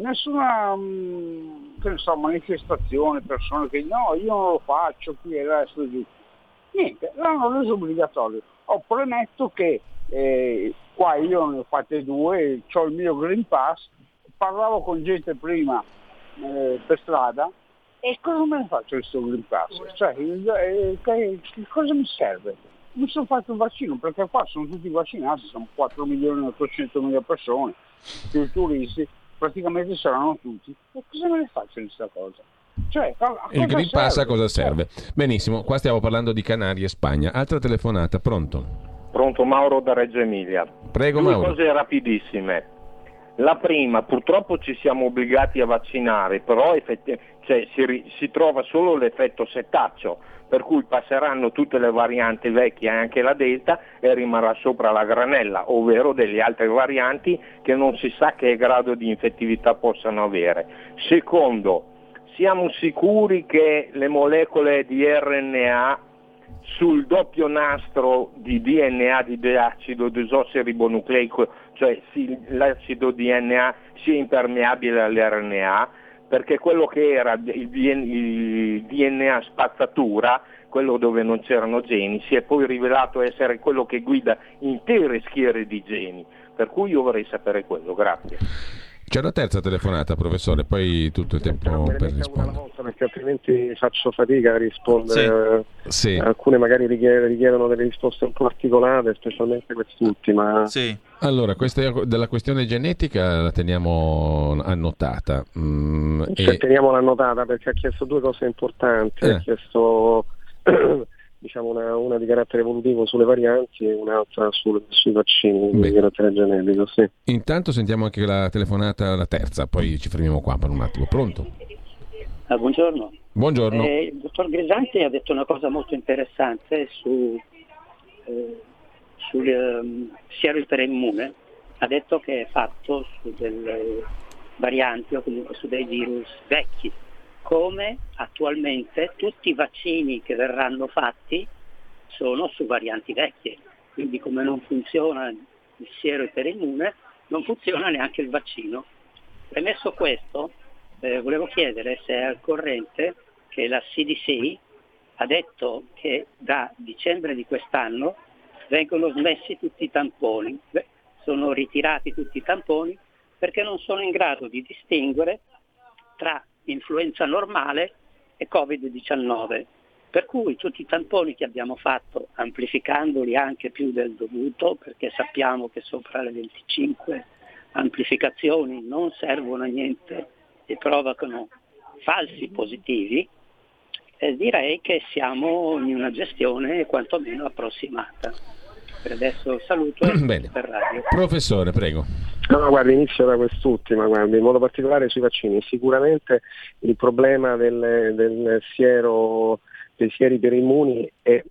manifestazione, persone che no, io non lo faccio, qui e là, su giù. Niente, l'hanno reso obbligatorio. Premetto che qua io ne ho fatte 2, ho il mio Green Pass, parlavo con gente prima per strada, e cosa me ne faccio questo Green Pass? Cioè, cosa mi serve? Mi sono fatto il vaccino, perché qua sono tutti vaccinati, sono 4.800.000 persone, più turisti, praticamente saranno tutti. E cosa me ne faccio di questa cosa? Cioè, il Green Pass a cosa serve? Benissimo, qua stiamo parlando di Canarie e Spagna. Altra telefonata, pronto? Pronto, Mauro da Reggio Emilia. Prego, 2 Mauro. cose rapidissime. La prima, purtroppo ci siamo obbligati a vaccinare, però si trova solo l'effetto setaccio, per cui passeranno tutte le varianti vecchie, anche la Delta, e rimarrà sopra la granella, ovvero delle altre varianti che non si sa che grado di infettività possano avere. Secondo, siamo sicuri che le molecole di RNA sul doppio nastro di DNA di acido desossiribonucleico, cioè l'acido DNA, sia impermeabile all'RNA, perché quello che era il DNA spazzatura, quello dove non c'erano geni, si è poi rivelato essere quello che guida intere schiere di geni, per cui io vorrei sapere quello. Grazie. C'è una terza telefonata, professore, poi tutto il tempo per rispondere. Volta, perché altrimenti faccio fatica a rispondere. Sì. Alcune magari richiedono delle risposte un po' articolate, specialmente quest'ultima. Sì. Allora, questa della questione genetica la teniamo annotata. Teniamola annotata, perché ha chiesto 2 cose importanti. Ha chiesto diciamo una di carattere evolutivo sulle varianti e un'altra sui vaccini di carattere genetico. Sì. Intanto sentiamo anche la telefonata, la terza, poi ci fermiamo qua per un attimo. Pronto? Buongiorno. Buongiorno. Il dottor Grisanti ha detto una cosa molto interessante sul siero iperimmune. Ha detto che è fatto su delle varianti o comunque su dei virus vecchi, come attualmente tutti i vaccini che verranno fatti sono su varianti vecchie, quindi come non funziona il siero iperimmune, non funziona neanche il vaccino. Premesso questo, volevo chiedere se è al corrente che la CDC ha detto che da dicembre di quest'anno vengono smessi tutti i tamponi, sono ritirati tutti i tamponi perché non sono in grado di distinguere tra influenza normale e Covid-19, per cui tutti i tamponi che abbiamo fatto, amplificandoli anche più del dovuto, perché sappiamo che sopra le 25 amplificazioni non servono a niente e provocano falsi positivi, direi che siamo in una gestione quantomeno approssimata. Per adesso saluto Bene. Per radio. Professore, prego. No, guarda, inizio da quest'ultima, in modo particolare sui vaccini. Sicuramente il problema dei sieri iperimmuni è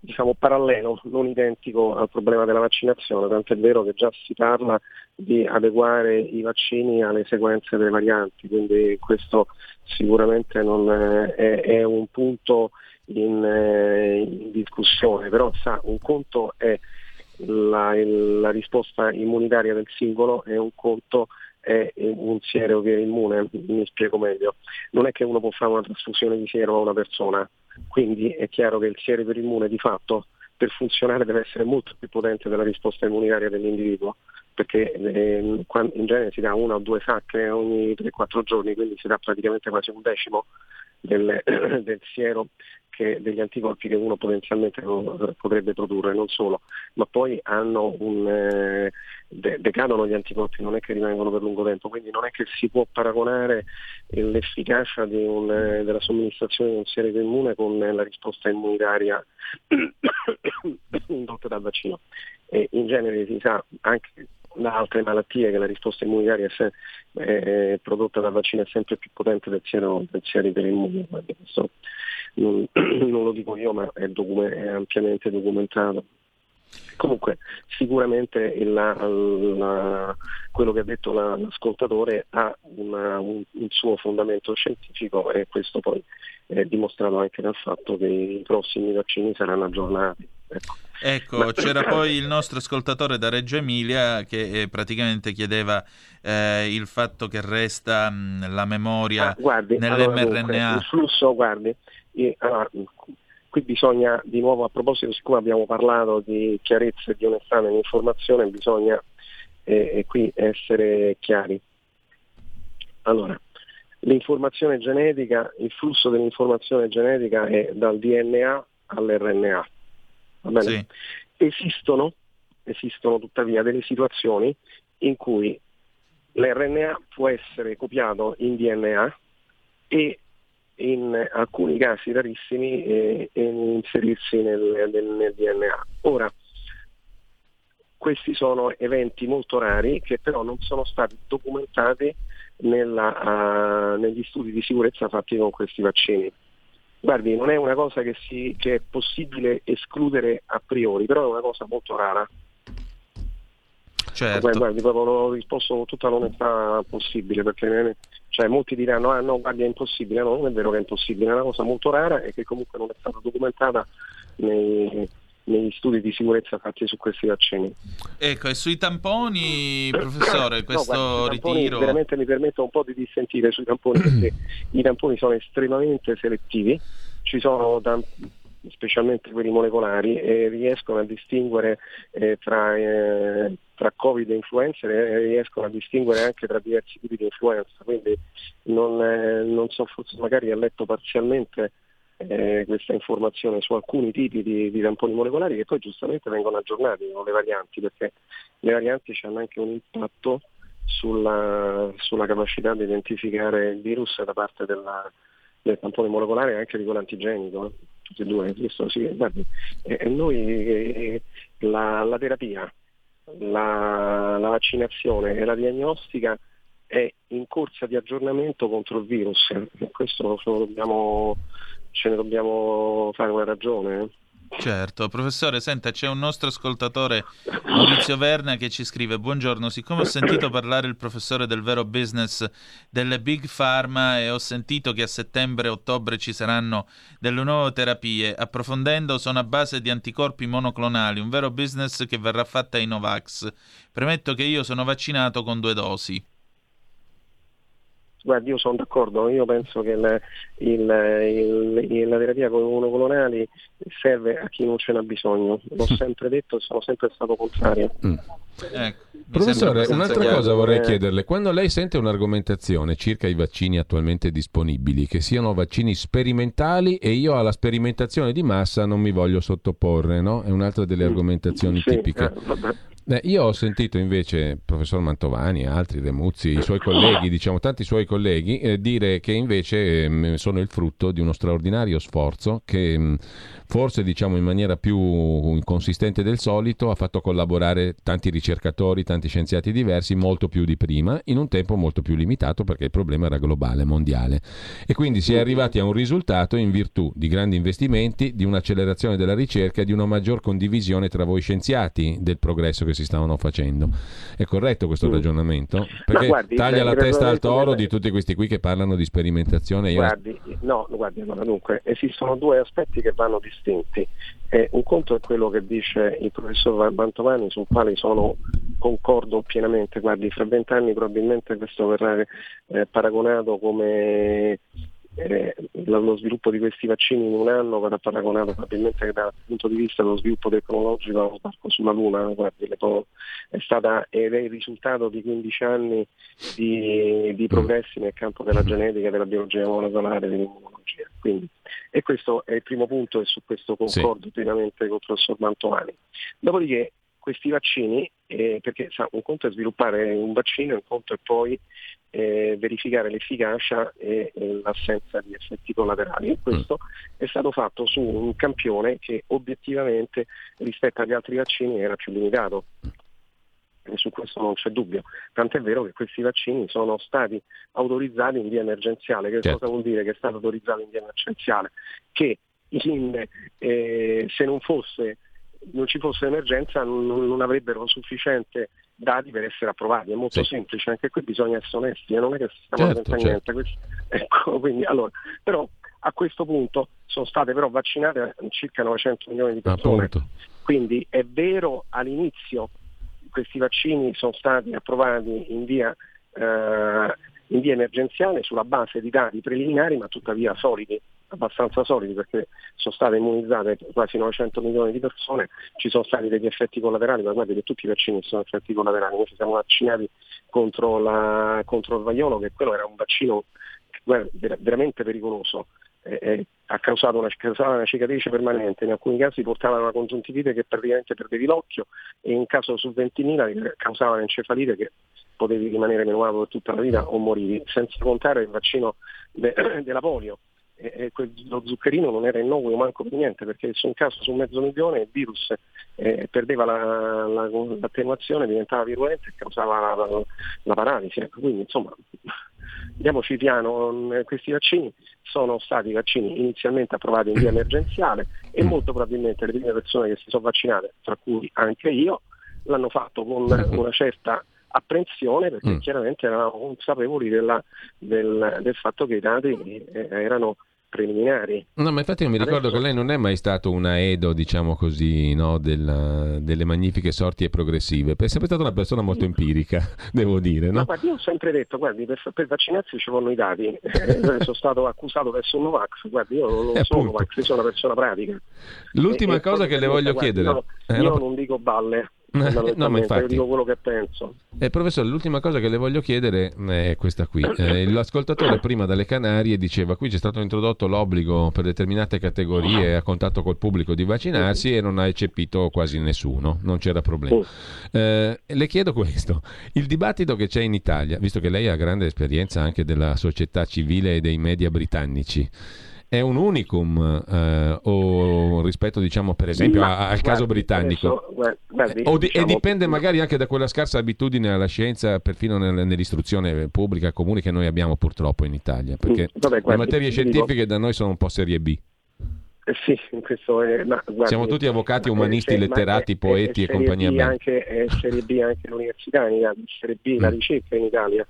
diciamo parallelo, non identico al problema della vaccinazione, tant'è vero che già si parla di adeguare i vaccini alle sequenze delle varianti, quindi questo sicuramente non è un punto in discussione, però un conto è la risposta immunitaria del singolo e un conto è un siero che è immune. Mi spiego meglio, non è che uno può fare una trasfusione di siero a una persona, quindi è chiaro che il siero per immune di fatto per funzionare deve essere molto più potente della risposta immunitaria dell'individuo, perché in genere si dà 1 o 2 sacche ogni 3-4 giorni, quindi si dà praticamente quasi un decimo del siero degli anticorpi che uno potenzialmente potrebbe produrre, non solo, ma poi hanno decadono gli anticorpi, non è che rimangono per lungo tempo, quindi non è che si può paragonare l'efficacia della somministrazione di un siero immune con la risposta immunitaria indotta dal vaccino. E in genere si sa anche da altre malattie che la risposta immunitaria prodotta dal vaccino è sempre più potente del siero iperimmune. Questo non lo dico io, ma è ampiamente documentato. Comunque sicuramente quello che ha detto l'ascoltatore ha un suo fondamento scientifico, e questo poi è dimostrato anche dal fatto che i prossimi vaccini saranno aggiornati. Ecco, c'era poi il nostro ascoltatore da Reggio Emilia che praticamente chiedeva il fatto che resta la memoria nell'mRNA. Il flusso, qui bisogna di nuovo, a proposito, siccome abbiamo parlato di chiarezza e di onestà nell'informazione, bisogna qui essere chiari. Allora, l'informazione genetica, il flusso dell'informazione genetica è dal DNA all'RNA. Va bene? Sì. Esistono tuttavia delle situazioni in cui l'RNA può essere copiato in DNA e in alcuni casi rarissimi inserirsi nel DNA. Ora, questi sono eventi molto rari che però non sono stati documentati negli studi di sicurezza fatti con questi vaccini. Guardi, non è una cosa che è possibile escludere a priori, però è una cosa molto rara. Certo. Guardi, proprio l'ho risposto con tutta l'onestà possibile, perché molti diranno no, guardi, è impossibile. No, non è vero che è impossibile, è una cosa molto rara e che comunque non è stata documentata negli studi di sicurezza fatti su questi vaccini. Ecco, e sui tamponi, professore, questo ritiro... Veramente mi permetto un po' di dissentire sui tamponi, perché i tamponi sono estremamente selettivi, ci sono specialmente quelli molecolari, e riescono a distinguere tra Covid e influenza, e riescono a distinguere anche tra diversi tipi di influenza, quindi non so, forse magari ha letto parzialmente questa informazione su alcuni tipi di tamponi molecolari che poi giustamente vengono aggiornati con le varianti, perché le varianti hanno anche un impatto sulla capacità di identificare il virus da parte del tampone molecolare e anche di quello antigenico, tutti e due. Questo sì, guardi, noi la terapia, la vaccinazione e la diagnostica è in corsa di aggiornamento contro il virus, questo ce ne dobbiamo fare una ragione. Certo, professore, senta, c'è un nostro ascoltatore, Maurizio Verna, che ci scrive: buongiorno, siccome ho sentito parlare il professore del vero business delle big pharma e ho sentito che a settembre-ottobre ci saranno delle nuove terapie, approfondendo sono a base di anticorpi monoclonali, un vero business che verrà fatta ai Novax. Premetto che io sono vaccinato con 2 dosi. Guardi, io sono d'accordo, io penso che la terapia con i monoclonali serve a chi non ce n'ha bisogno, l'ho sempre detto e sono sempre stato contrario. Ecco, professore, un'altra cosa vorrei chiederle: quando lei sente un'argomentazione circa i vaccini attualmente disponibili, che siano vaccini sperimentali e io alla sperimentazione di massa non mi voglio sottoporre, no? È un'altra delle argomentazioni tipiche. Io ho sentito invece il professor Mantovani, altri, Remuzzi, i suoi colleghi, diciamo tanti suoi colleghi, dire che invece sono il frutto di uno straordinario sforzo che forse, diciamo, in maniera più consistente del solito ha fatto collaborare tanti ricercatori, tanti scienziati diversi, molto più di prima, in un tempo molto più limitato perché il problema era globale, mondiale. E quindi si è arrivati a un risultato in virtù di grandi investimenti, di un'accelerazione della ricerca e di una maggior condivisione tra voi scienziati del progresso che si stavano facendo. È corretto questo ragionamento? Perché guardi, taglia la testa al toro di tutti questi qui che parlano di sperimentazione. Guardi, allora, dunque, esistono due aspetti che vanno distinti. Un conto è quello che dice il professor Mantovani, sul quale concordo pienamente. Guardi, fra 20 anni probabilmente questo verrà paragonato come lo sviluppo di questi vaccini in un anno verrà paragonato probabilmente dal punto di vista dello sviluppo tecnologico allo sbarco sulla Luna. Guardi, è stata ed è il risultato di 15 anni di progressi nel campo della genetica, della biologia molecolare, dell'immunologia. Quindi, e questo è il primo punto, e su questo concordo pienamente con il professor Mantovani. Dopodiché questi vaccini, perché un conto è sviluppare un vaccino, un conto è poi verificare l'efficacia e l'assenza di effetti collaterali, e questo è stato fatto su un campione che obiettivamente rispetto agli altri vaccini era più limitato, e su questo non c'è dubbio, tant'è vero che questi vaccini sono stati autorizzati in via emergenziale. Cosa vuol dire che è stato autorizzato in via emergenziale? Che se non ci fosse emergenza non avrebbero sufficiente dati per essere approvati. È molto semplice, anche qui bisogna essere onesti, non è che stiamo senza niente. Ecco, quindi, allora, però a questo punto sono state però vaccinate circa 900 milioni di persone. Quindi è vero, all'inizio questi vaccini sono stati approvati in via emergenziale sulla base di dati preliminari, ma tuttavia abbastanza solidi, perché sono state immunizzate quasi 900 milioni di persone, ci sono stati degli effetti collaterali, ma guardi che tutti i vaccini sono effetti collaterali. Noi ci siamo vaccinati contro il vaiolo, che quello era un vaccino veramente pericoloso, ha causato una cicatrice permanente, in alcuni casi portava a una congiuntivite che praticamente perdevi l'occhio, e in caso su 20.000 causava un'encefalite che potevi rimanere menuato per tutta la vita o morivi, senza contare il vaccino della polio. Lo zuccherino non era innocuo manco per niente, perché su un caso su 500.000 il virus perdeva l'attenuazione, diventava virulento e causava la paralisi. Quindi insomma, andiamoci piano. Questi vaccini sono stati vaccini inizialmente approvati in via emergenziale, e molto probabilmente le prime persone che si sono vaccinate, tra cui anche io, l'hanno fatto con una certa apprensione, perché chiaramente eravamo consapevoli del fatto che i dati erano preliminari. No, ma infatti io mi ricordo che lei non è mai stato una Edo, diciamo così, no, delle magnifiche sorti e progressive, è sempre stata una persona molto empirica, devo dire, no? Ma guardi, io ho sempre detto, guardi, per vaccinarsi ci vogliono i dati. Sono stato accusato di essere un Novax, guardi, io non sono un Novax, io sono una persona pratica. L'ultima cosa che le voglio chiedere... Io non dico balle. No, ma infatti, io dico quello che penso. Professore, l'ultima cosa che le voglio chiedere è questa qui. L'ascoltatore prima dalle Canarie diceva: qui c'è stato introdotto l'obbligo per determinate categorie a contatto col pubblico di vaccinarsi e non ha eccepito quasi nessuno, non c'era problema. Le chiedo questo: il dibattito che c'è in Italia, visto che lei ha grande esperienza anche della società civile e dei media britannici, è un unicum o rispetto, diciamo, per esempio al caso britannico? E dipende magari anche da quella scarsa abitudine alla scienza, perfino nell'istruzione pubblica comune che noi abbiamo purtroppo in Italia, perché le materie scientifiche da noi sono un po' serie B. Sì, questo è, siamo tutti avvocati, umanisti, letterati, poeti e compagnia bella. È serie B anche l'università in Italia, serie B la ricerca in Italia.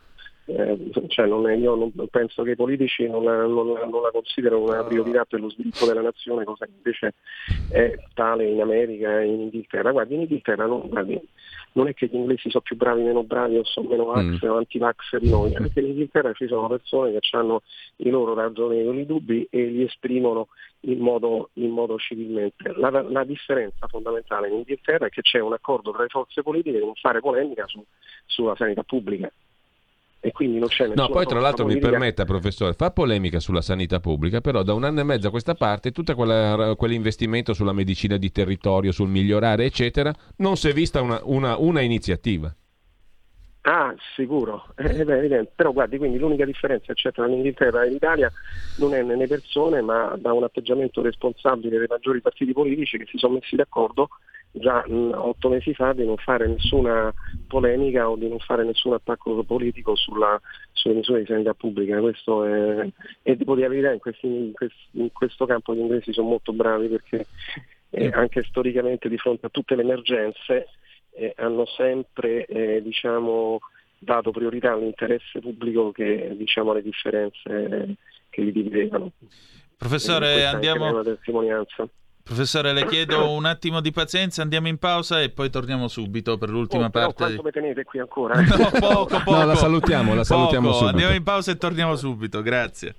Io non penso che i politici non la considerano una priorità per lo sviluppo della nazione, cosa che invece è tale in America e in Inghilterra. Guardi, in Inghilterra non è che gli inglesi sono più bravi, meno bravi, o sono meno vax o anti-vax di noi, perché in Inghilterra ci sono persone che hanno i loro ragionevoli dubbi e li esprimono in modo civilmente. La differenza fondamentale in Inghilterra è che c'è un accordo tra le forze politiche di non fare polemica sulla sanità pubblica. e quindi non c'è nessuna... No, poi tra l'altro mi politica. permetta, professore, fa polemica sulla sanità pubblica, però da un anno e mezzo a questa parte tutto quell'investimento sulla medicina di territorio, sul migliorare eccetera, non si è vista una iniziativa. Ah, sicuro, è evidente. Però guardi, quindi l'unica differenza c'è tra l'Inghilterra e l'Italia non è nelle persone, ma da un atteggiamento responsabile dei maggiori partiti politici che si sono messi d'accordo già 8 mesi fa di non fare nessuna polemica o di non fare nessun attacco politico sulle misure di sanità pubblica. Questo è, e devo dire la verità, in questo campo gli inglesi sono molto bravi, perché anche storicamente di fronte a tutte le emergenze hanno sempre dato priorità all'interesse pubblico che alle differenze che li dividevano. Professore, andiamo... È una testimonianza. Professore, le chiedo un attimo di pazienza, andiamo in pausa e poi torniamo subito per l'ultima parte. Quanto mi tenete qui ancora? No, poco. No, la salutiamo subito. Andiamo in pausa e torniamo subito, grazie.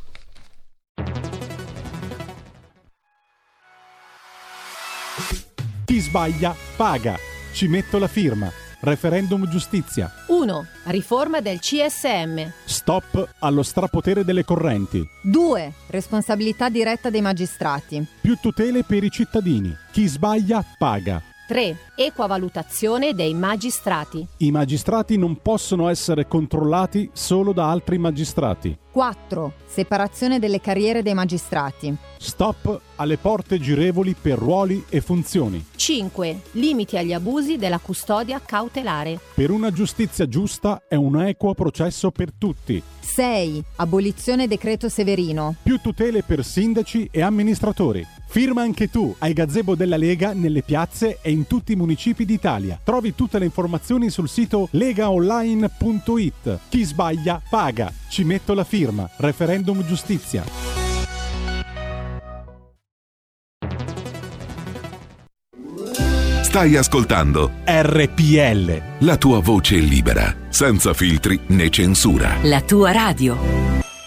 Chi sbaglia paga. Ci metto la firma. Referendum giustizia. 1. Riforma del CSM. Stop allo strapotere delle correnti. 2. Responsabilità diretta dei magistrati. Più tutele per i cittadini. Chi sbaglia paga. 3. Equa valutazione dei magistrati. I magistrati non possono essere controllati solo da altri magistrati. 4. Separazione delle carriere dei magistrati. Stop alle porte girevoli per ruoli e funzioni. 5. Limiti agli abusi della custodia cautelare. Per una giustizia giusta e un equo processo per tutti. 6. Abolizione decreto Severino. Più tutele per sindaci e amministratori. Firma anche tu ai gazebo della Lega nelle piazze e in tutti i municipi d'Italia. Trovi tutte le informazioni sul sito legaonline.it. Chi sbaglia paga. Ci metto la firma. Referendum giustizia. Stai ascoltando RPL. La tua voce libera, senza filtri né censura. La tua radio.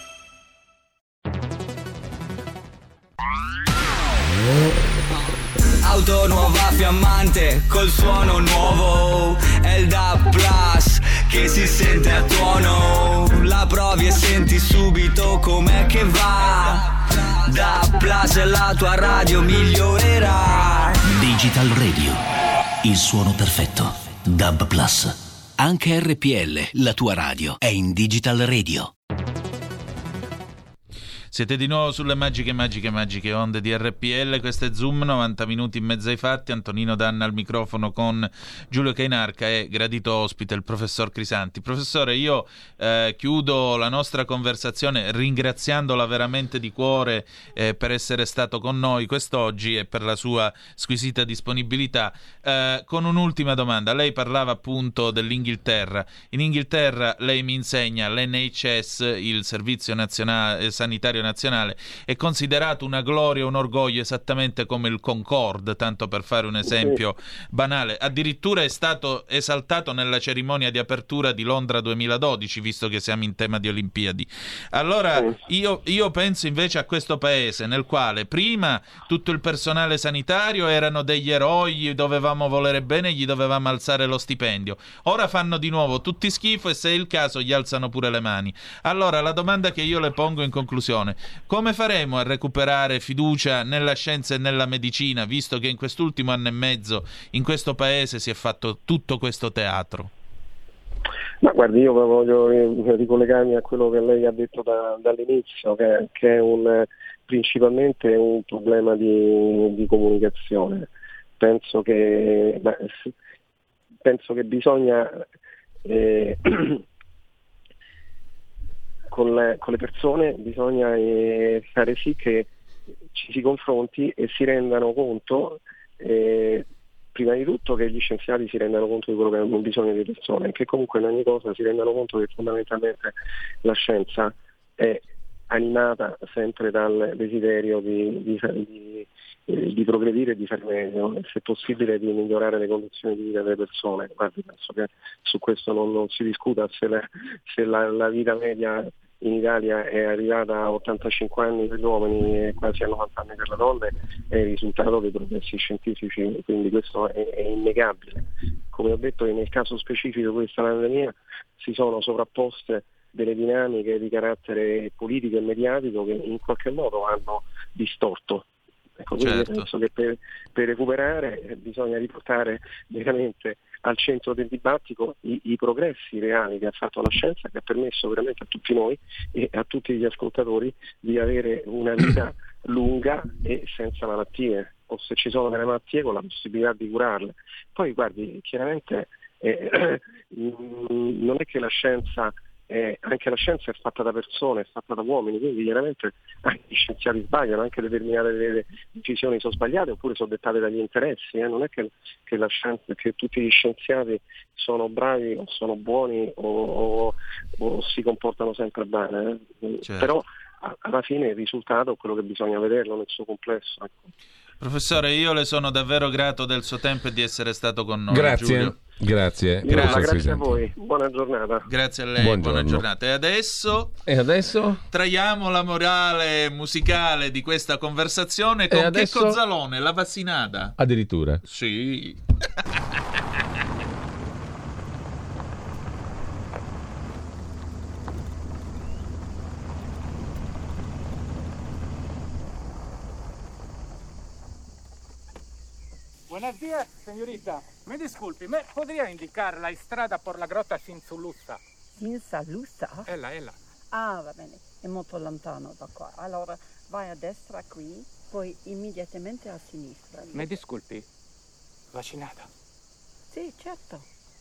Auto nuova fiammante col suono nuovo, è il DAB Plus che si sente a tuono, la provi e senti subito com'è che va. DAB Plus, la tua radio migliorerà. Digital Radio, il suono perfetto. DAB Plus, anche RPL, la tua radio è in Digital Radio. Siete di nuovo sulle magiche onde di RPL. Questo è Zoom, 90 minuti in mezzo ai fatti. Antonino Danna al microfono con Giulio Cainarca e gradito ospite il professor Crisanti. Professore, io chiudo la nostra conversazione ringraziandola veramente di cuore per essere stato con noi quest'oggi e per la sua squisita disponibilità, con un'ultima domanda. Lei parlava appunto dell'Inghilterra. In Inghilterra lei mi insegna l'NHS, il Servizio Sanitario Nazionale, è considerato una gloria, un orgoglio, esattamente come il Concorde, tanto per fare un esempio banale. Addirittura è stato esaltato nella cerimonia di apertura di Londra 2012, visto che siamo in tema di Olimpiadi. Allora io penso invece a questo paese nel quale prima tutto il personale sanitario erano degli eroi, gli dovevamo volere bene, gli dovevamo alzare lo stipendio. Ora fanno di nuovo tutti schifo e se è il caso gli alzano pure le mani. Allora la domanda che io le pongo in conclusione: come faremo a recuperare fiducia nella scienza e nella medicina, visto che in quest'ultimo anno e mezzo in questo paese si è fatto tutto questo teatro? Ma guardi, io voglio ricollegarmi a quello che lei ha detto dall'inizio, che è principalmente un problema di comunicazione. Penso che bisogna con le persone bisogna fare sì che ci si confronti e si rendano conto, prima di tutto che gli scienziati si rendano conto di quello che hanno bisogno di persone, e che comunque in ogni cosa si rendano conto che fondamentalmente la scienza è animata sempre dal desiderio di progredire e di fare meglio, e se possibile di migliorare le condizioni di vita delle persone. Guardi, penso che su questo non si discuta. Se la vita media in Italia è arrivata a 85 anni per gli uomini e quasi a 90 anni per le donne, è il risultato dei progressi scientifici, quindi questo è innegabile. come ho detto, nel caso specifico di questa pandemia si sono sovrapposte delle dinamiche di carattere politico e mediatico che in qualche modo hanno distorto. Ecco, quindi penso che per recuperare bisogna riportare veramente al centro del dibattito i progressi reali che ha fatto la scienza, che ha permesso veramente a tutti noi e a tutti gli ascoltatori di avere una vita lunga e senza malattie, o se ci sono delle malattie con la possibilità di curarle. Poi guardi, chiaramente non è che la scienza, anche la scienza è fatta da persone, è fatta da uomini, quindi chiaramente anche gli scienziati sbagliano, anche determinate decisioni sono sbagliate oppure sono dettate dagli interessi, non è che la scienza, che tutti gli scienziati sono bravi o sono buoni o si comportano sempre bene, Certo. Però alla fine il risultato è quello che bisogna vederlo nel suo complesso. Ecco. Professore, io le sono davvero grato del suo tempo e di essere stato con noi. Grazie. Giulio. Grazie. Grazie a voi, buona giornata. Grazie a lei, Buongiorno. buona giornata. E adesso adesso traiamo la morale musicale di questa conversazione con adesso? Checco Zalone, La Vaccinada. addirittura. Sì. Buenos días, señorita. Mi disculpi, ¿me podría indicar la strada por la grotta Senza Lussa? Senza Lussa? Ella. Ah, va bene, è molto lontano da qua. Allora vai a destra qui, poi immediatamente a sinistra. Mi disculpi, vaccinata? Sì, certo.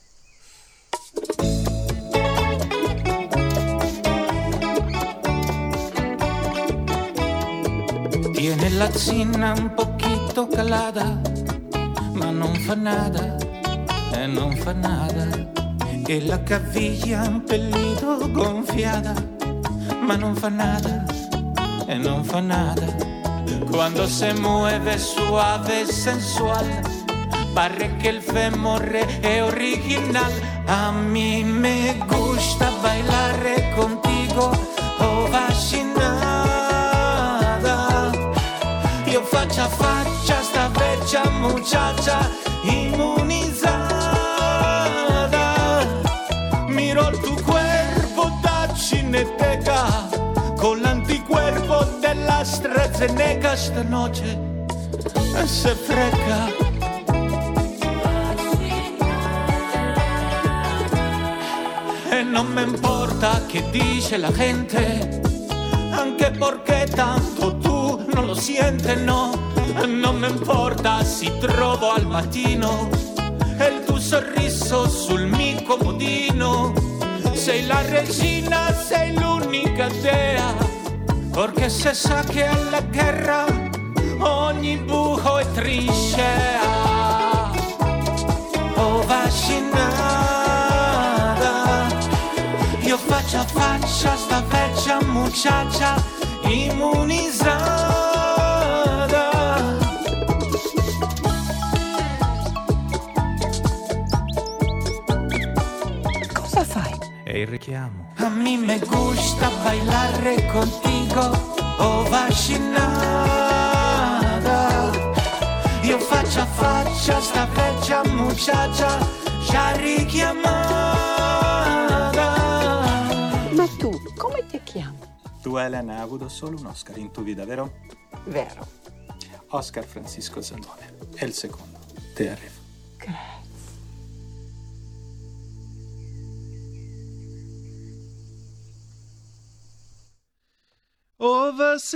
Tiene la zinna un poquito calada, ma non fa nada, non fa nada. E la caviglia un pelito gonfiada, ma non fa nada, non fa nada. Cuando se mueve suave e sensual, pare que el femore è original. A mí me gusta bailar contigo, oh vaccinada. Io faccia a faccia sta vecchia muchacha inmunizada. Miro el tu cuerpo da cineteca con l'anticuerpo della AstraZeneca. Stanotte se freca. E non me importa che dice la gente, anche perché tanto tu non lo siente, no. Non me importa si trovo al mattino e il tuo sorriso sul mio comodino. Sei la regina, sei l'unica dea, perché se sa che alla guerra ogni buco è trincea. Oh vaccinata, io faccia a faccia sta vecchia muchacha immunizzata. Cosa fai? È il richiamo. A me me gusta bailar contigo, oh vaccinata. Io faccia a faccia sta vecchia muchacha già richiamata. Ma tu, come ti chiami? Tu, Elena, hai avuto solo un Oscar in tua vita, vero? Vero. Oscar Francisco Zalone. È il secondo. Te arrivo. Grazie. Oh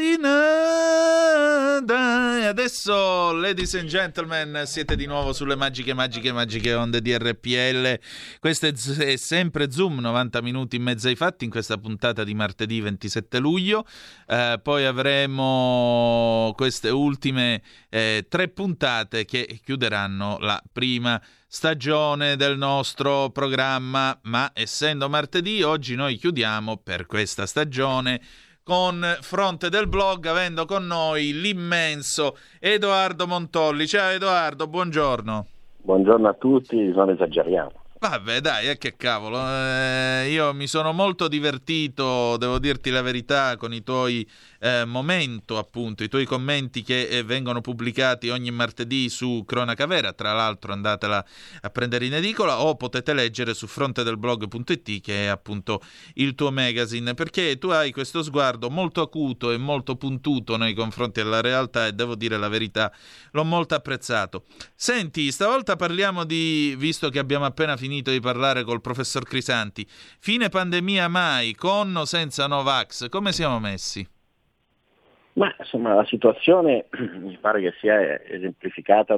vaccinata. E adesso, ladies and gentlemen, siete di nuovo sulle magiche onde di RPL. Questo è sempre Zoom, 90 minuti in mezzo ai fatti, in questa puntata di martedì 27 luglio. Poi avremo queste ultime 3 puntate che chiuderanno la prima stagione del nostro programma, ma essendo martedì oggi noi chiudiamo per questa stagione con Fronte del Blog, avendo con noi l'immenso Edoardo Montolli. Ciao Edoardo, buongiorno. Buongiorno a tutti, non esageriamo. Vabbè dai, che cavolo, io mi sono molto divertito, devo dirti la verità, con i tuoi momento, appunto, i tuoi commenti che vengono pubblicati ogni martedì su Cronaca Vera, tra l'altro andatela a prendere in edicola, o potete leggere su frontedelblog.it, che è appunto il tuo magazine, perché tu hai questo sguardo molto acuto e molto puntuto nei confronti della realtà, e devo dire la verità, l'ho molto apprezzato. Senti, stavolta parliamo visto che abbiamo appena finito di parlare col professor Crisanti, fine pandemia mai, con o senza Novax, come siamo messi? Ma insomma la mi pare che sia esemplificata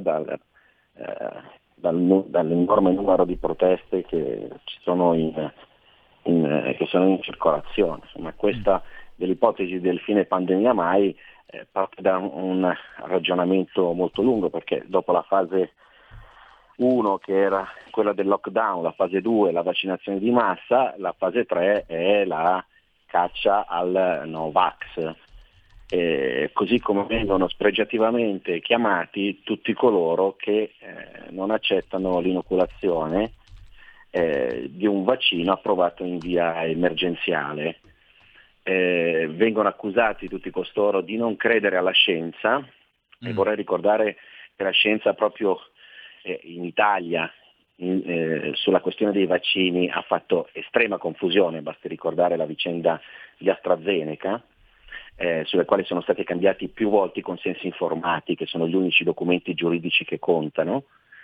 dall'enorme numero di proteste che ci sono che sono in circolazione. Insomma, questa dell'ipotesi del fine pandemia mai parte da un ragionamento molto lungo, perché dopo la fase 1, che era quella del lockdown, la fase 2 la vaccinazione di massa, la fase 3 è la caccia al Novax. Così come vengono spregiativamente chiamati tutti coloro che non accettano l'inoculazione di un vaccino approvato in via emergenziale. Vengono accusati tutti costoro di non credere alla scienza, e vorrei ricordare che la scienza proprio in Italia sulla questione dei vaccini ha fatto estrema confusione, basti ricordare la vicenda di AstraZeneca, sulle quali sono stati cambiati più volte i consensi informati, che sono gli unici documenti giuridici che contano,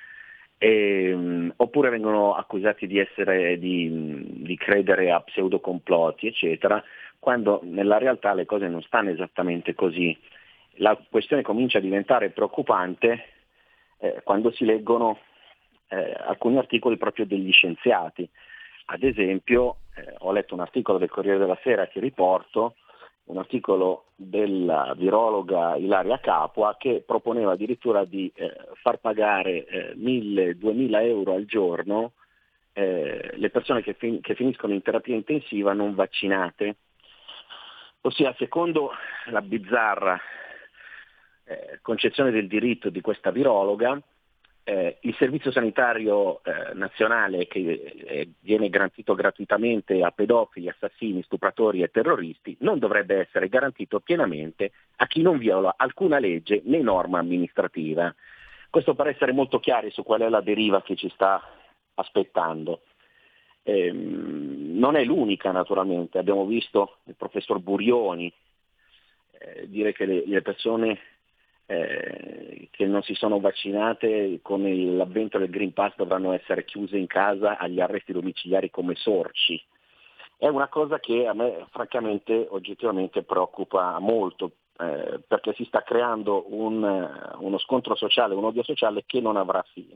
oppure vengono accusati di credere a pseudocomplotti, eccetera, quando nella realtà le cose non stanno esattamente così. La questione comincia a diventare preoccupante quando si leggono alcuni articoli proprio degli scienziati. Ad esempio, ho letto un articolo del Corriere della Sera che riporto, un articolo della virologa Ilaria Capua, che proponeva addirittura di far pagare 1.000-2.000 euro al giorno le persone che finiscono in terapia intensiva non vaccinate. Ossia, secondo la bizzarra concezione del diritto di questa virologa, il servizio sanitario nazionale, che viene garantito gratuitamente a pedofili, assassini, stupratori e terroristi, non dovrebbe essere garantito pienamente a chi non viola alcuna legge né norma amministrativa. Questo per essere molto chiari su qual è la deriva che ci sta aspettando. Non è l'unica, naturalmente. Abbiamo visto il professor Burioni dire che le persone che non si sono vaccinate con l'avvento del Green Pass dovranno essere chiuse in casa agli arresti domiciliari come sorci. È una cosa che a me francamente oggettivamente preoccupa molto, perché si sta creando uno scontro sociale, un odio sociale che non avrà fine.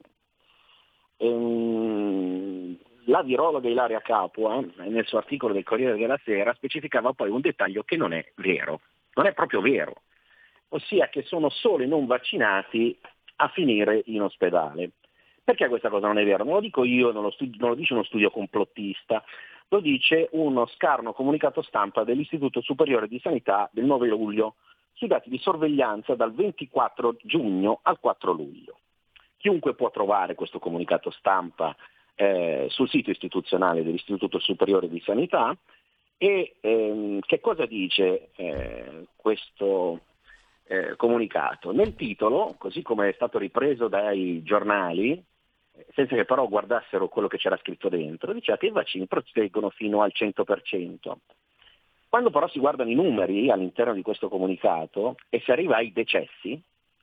La virologa Ilaria Capua nel suo articolo del Corriere della Sera specificava poi un dettaglio che non è vero, non è proprio vero, ossia che sono solo i non vaccinati a finire in ospedale. Perché questa cosa non è vera? Non lo dico io, non lo dice uno studio complottista, lo dice uno scarno comunicato stampa dell'Istituto Superiore di Sanità del 9 luglio, sui dati di sorveglianza dal 24 giugno al 4 luglio. Chiunque può trovare questo comunicato stampa sul sito istituzionale dell'Istituto Superiore di Sanità. E che cosa dice questo comunicato? Nel titolo, così come è stato ripreso dai giornali, senza che però guardassero quello che c'era scritto dentro, diceva che i vaccini proteggono fino al 100%. Quando però si guardano i numeri all'interno di questo comunicato e si arriva ai decessi,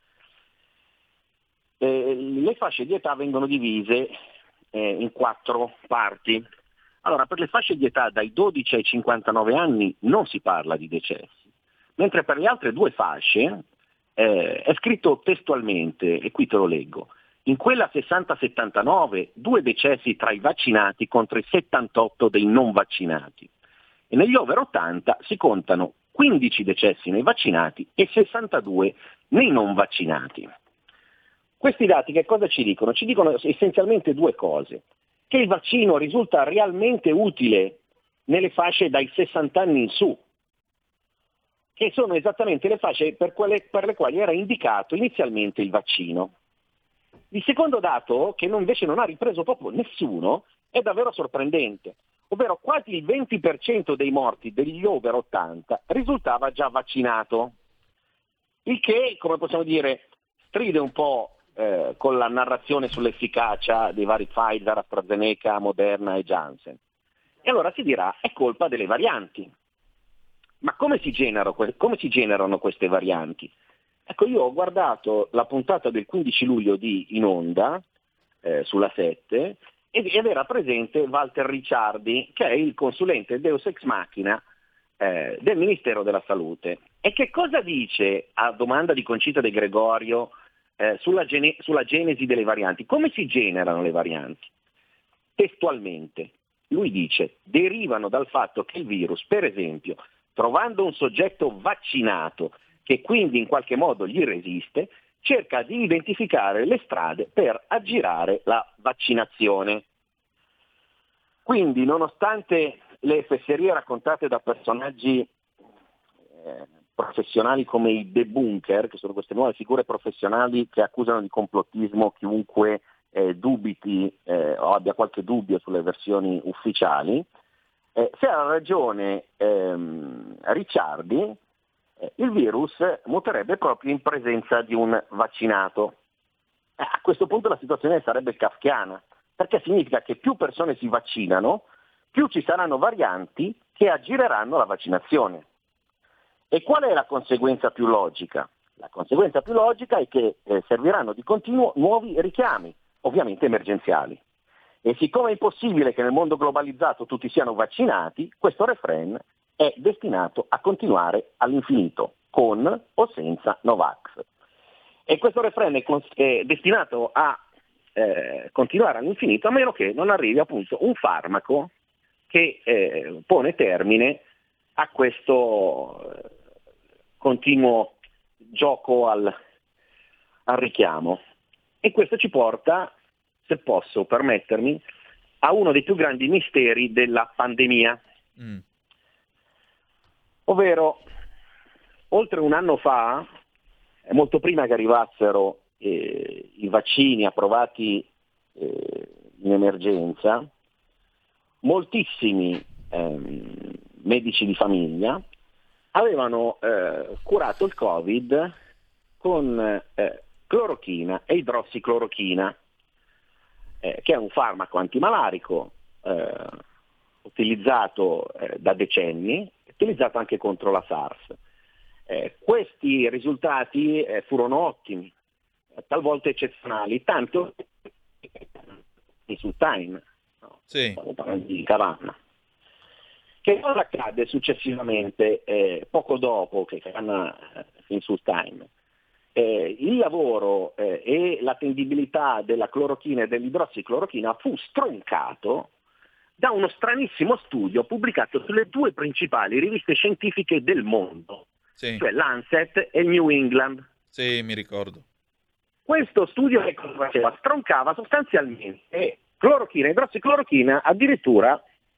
le fasce di età vengono divise in 4 parti. Allora, per le fasce di età dai 12 ai 59 anni non si parla di decessi, mentre per le altre 2 fasce è scritto testualmente, e qui te lo leggo: in quella 60-79 2 decessi tra i vaccinati contro i 78 dei non vaccinati, e negli over 80 si contano 15 decessi nei vaccinati e 62 nei non vaccinati. Questi dati che cosa ci dicono? Ci dicono essenzialmente 2 cose: che il vaccino risulta realmente utile nelle fasce dai 60 anni in su, che sono esattamente le fasce per le quali era indicato inizialmente il vaccino. Il secondo dato, che invece non ha ripreso proprio nessuno, è davvero sorprendente, ovvero quasi il 20% dei morti degli over 80 risultava già vaccinato, il che, come possiamo dire, stride un po' con la narrazione sull'efficacia dei vari Pfizer, AstraZeneca, Moderna e Janssen. E allora si dirà è colpa delle varianti. Ma come si generano queste varianti? Ecco, io ho guardato la puntata del 15 luglio di In Onda, sulla 7, ed era presente Walter Ricciardi, che è il consulente Deus Ex Machina del Ministero della Salute. E che cosa dice, a domanda di Concita De Gregorio, sulla genesi delle varianti? Come si generano le varianti? Testualmente, lui dice, derivano dal fatto che il virus, per esempio, trovando un soggetto vaccinato che quindi in qualche modo gli resiste, cerca di identificare le strade per aggirare la vaccinazione. Quindi, nonostante le fesserie raccontate da personaggi professionali come i debunker, che sono queste nuove figure professionali che accusano di complottismo chiunque dubiti o abbia qualche dubbio sulle versioni ufficiali, se ha ragione Ricciardi, il virus muterebbe proprio in presenza di un vaccinato. A questo punto la situazione sarebbe kafkiana, perché significa che più persone si vaccinano, più ci saranno varianti che aggireranno la vaccinazione. E qual è la conseguenza più logica? La conseguenza più logica è che serviranno di continuo nuovi richiami, ovviamente emergenziali. E siccome è impossibile che nel mondo globalizzato tutti siano vaccinati, questo refrain è destinato a continuare all'infinito, con o senza Novax. E questo refrain è destinato a continuare all'infinito, a meno che non arrivi appunto un farmaco che pone termine a questo continuo gioco al richiamo. E questo ci porta, se posso permettermi, a uno dei più grandi misteri della pandemia. Ovvero, oltre un anno fa, molto prima che arrivassero i vaccini approvati in emergenza, moltissimi medici di famiglia avevano curato il Covid con clorochina e idrossiclorochina, che è un farmaco antimalarico utilizzato da decenni, utilizzato anche contro la SARS. Questi risultati furono ottimi, talvolta eccezionali, tanto sul Time, no? Sì. Stiamo parlando di Cavanna. Che cosa accade successivamente, poco dopo che Cavanna fin sul Time? Il lavoro e l'attendibilità della clorochina e dell'idrossiclorochina fu stroncato da uno stranissimo studio pubblicato sulle due principali riviste scientifiche del mondo, Sì. cioè Lancet e New England. Sì, mi ricordo. Questo studio che cosa faceva? Stroncava sostanzialmente clorochina e idrossiclorochina, addirittura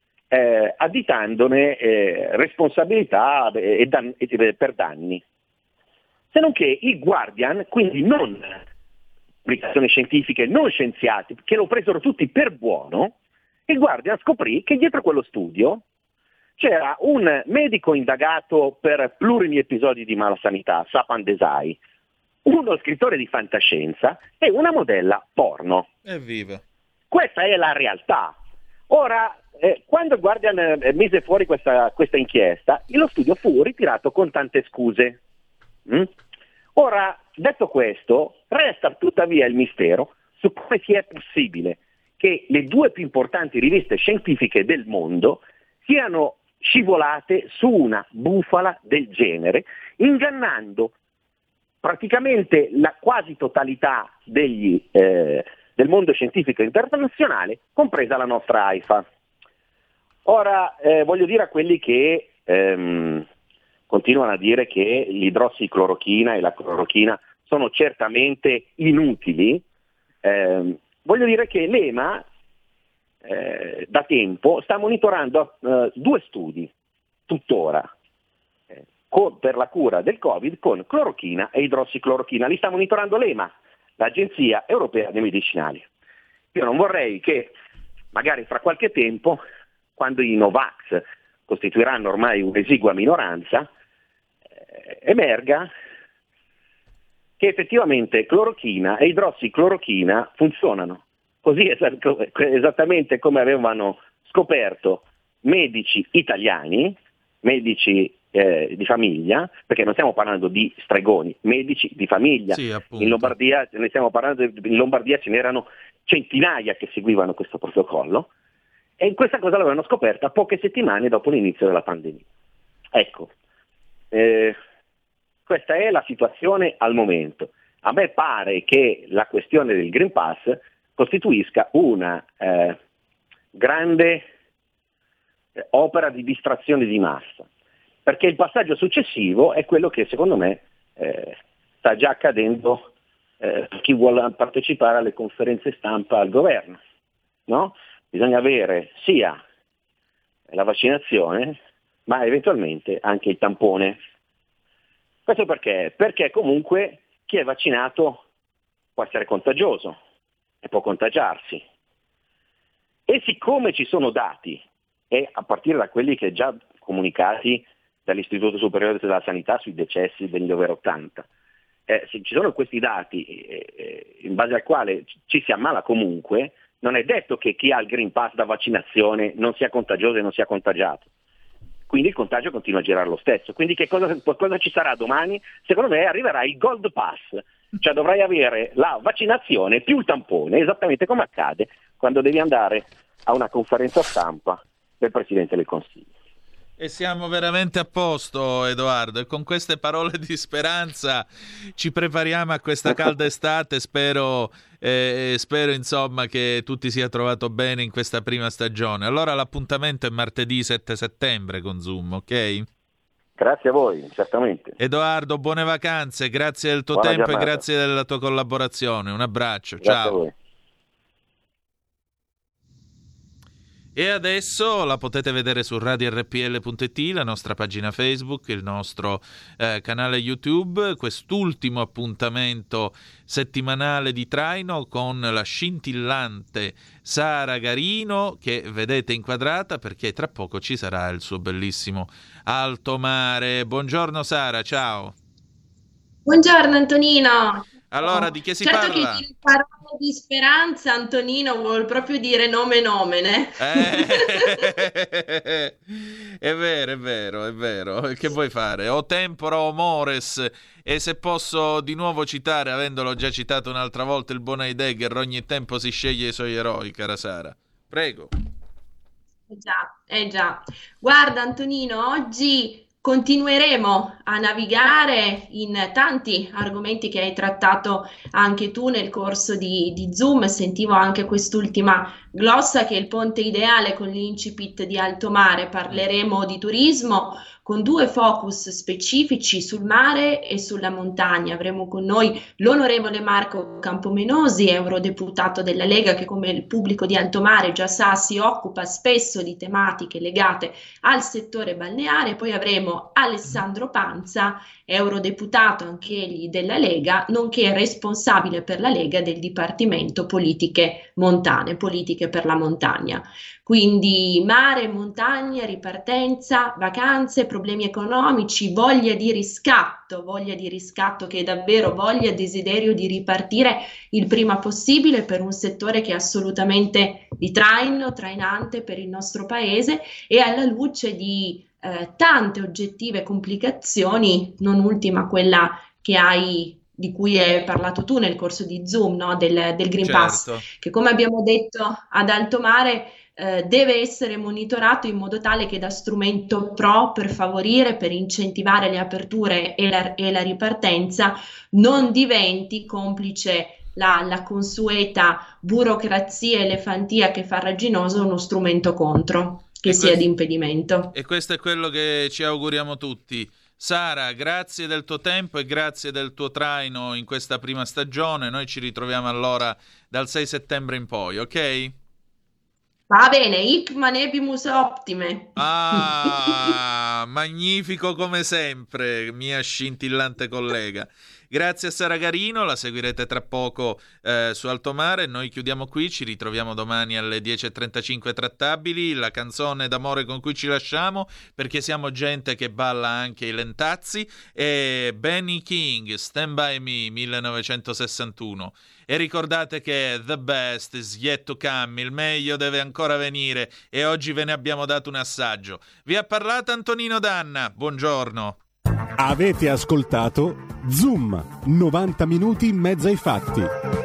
additandone responsabilità per danni. Se non che il Guardian, quindi non pubblicazioni scientifiche, non scienziati, che lo presero tutti per buono, il Guardian scoprì che dietro quello studio c'era un medico indagato per plurimi episodi di malasanità, Sapan Desai, uno scrittore di fantascienza e una modella porno. Evviva. Questa è la realtà. Ora, quando il Guardian mise fuori questa inchiesta, lo studio fu ritirato con tante scuse. Ora, detto questo, resta tuttavia il mistero su come sia possibile che le due più importanti riviste scientifiche del mondo siano scivolate su una bufala del genere, ingannando praticamente la quasi totalità del mondo scientifico internazionale, compresa la nostra AIFA. Ora, voglio dire a quelli che continuano a dire che l'idrossiclorochina e la clorochina sono certamente inutili, voglio dire che l'EMA da tempo sta monitorando due studi tuttora per la cura del Covid con clorochina e idrossiclorochina. Li sta monitorando l'EMA, l'Agenzia Europea dei Medicinali. Io non vorrei che magari fra qualche tempo quando i Novax costituiranno ormai un'esigua minoranza, emerga che effettivamente clorochina e idrossiclorochina funzionano, così esattamente come avevano scoperto medici italiani, medici di famiglia, perché non stiamo parlando di stregoni, medici di famiglia. Sì, in Lombardia ce n'erano centinaia che seguivano questo protocollo, e questa cosa l'avevano scoperta poche settimane dopo l'inizio della pandemia. Ecco, questa è la situazione al momento. A me pare che la questione del Green Pass costituisca una grande opera di distrazione di massa, perché il passaggio successivo è quello che secondo me sta già accadendo per chi vuole partecipare alle conferenze stampa al governo, no? Bisogna avere sia la vaccinazione, ma eventualmente anche il tampone. Questo perché? Perché comunque chi è vaccinato può essere contagioso e può contagiarsi. E siccome ci sono dati, e a partire da quelli che già comunicati dall'Istituto Superiore della Sanità sui decessi degli over 80, se ci sono questi dati in base al quale ci si ammala comunque, non è detto che chi ha il Green Pass da vaccinazione non sia contagioso e non sia contagiato. Quindi il contagio continua a girare lo stesso. Quindi cosa ci sarà domani? Secondo me arriverà il Gold Pass, cioè dovrai avere la vaccinazione più il tampone, esattamente come accade quando devi andare a una conferenza stampa del Presidente del Consiglio. E siamo veramente a posto, Edoardo, e con queste parole di speranza ci prepariamo a questa calda estate. Spero insomma che tu ti sia trovato bene in questa prima stagione. Allora l'appuntamento è martedì 7 settembre con Zoom, ok? Grazie a voi, certamente. Edoardo, buone vacanze, grazie del tuo tempo e grazie della tua collaborazione. Un abbraccio, grazie ciao. A voi. E adesso la potete vedere su radiorpl.it, la nostra pagina Facebook, il nostro canale YouTube, quest'ultimo appuntamento settimanale di Traino con la scintillante Sara Garino, che vedete inquadrata perché tra poco ci sarà il suo bellissimo Alto Mare. Buongiorno Sara, ciao. Buongiorno Antonino. Allora, di che si certo parla? Che di parole di speranza, Antonino, vuol proprio dire nome, né? È vero. Che vuoi fare? O tempora o mores. E se posso di nuovo citare, avendolo già citato un'altra volta, il buon Heidegger, ogni tempo si sceglie i suoi eroi, cara Sara. Prego. Già. Guarda Antonino, oggi continueremo a navigare in tanti argomenti che hai trattato anche tu nel corso di Zoom. Sentivo anche quest'ultima glossa che è il ponte ideale con l'incipit di Alto Mare. Parleremo di turismo con due focus specifici sul mare e sulla montagna. Avremo con noi l'onorevole Marco Campomenosi, eurodeputato della Lega, che come il pubblico di Alto Mare già sa si occupa spesso di tematiche legate al settore balneare. Poi avremo Alessandro Panza, eurodeputato anch'egli della Lega, nonché responsabile per la Lega del Dipartimento Politiche Montane, Politiche per la Montagna. Quindi mare, montagna, ripartenza, vacanze, problemi economici, voglia di riscatto che è davvero voglia, desiderio di ripartire il prima possibile per un settore che è assolutamente di trainante per il nostro paese, e alla luce di tante oggettive complicazioni, non ultima quella di cui hai parlato tu nel corso di Zoom, no? del Green Pass, che come abbiamo detto ad Alto Mare deve essere monitorato in modo tale che da strumento per favorire, per incentivare le aperture e la ripartenza, non diventi complice la consueta burocrazia elefantia che farraginosa, uno strumento contro, che sia di impedimento. E questo è quello che ci auguriamo tutti. Sara, grazie del tuo tempo e grazie del tuo traino in questa prima stagione. Noi ci ritroviamo allora dal 6 settembre in poi, ok? Va bene, hic manebimus optime. Ah, magnifico come sempre, mia scintillante collega. Grazie a Sara Garino, la seguirete tra poco su Altomare. Noi chiudiamo qui, ci ritroviamo domani alle 10.35 trattabili. La canzone d'amore con cui ci lasciamo, perché siamo gente che balla anche i lentazzi, e Benny King, Stand By Me 1961. E ricordate che the best is yet to come, il meglio deve ancora venire, e oggi ve ne abbiamo dato un assaggio. Vi ha parlato Antonino Danna, buongiorno. Avete ascoltato Zoom, 90 minuti in mezzo ai fatti.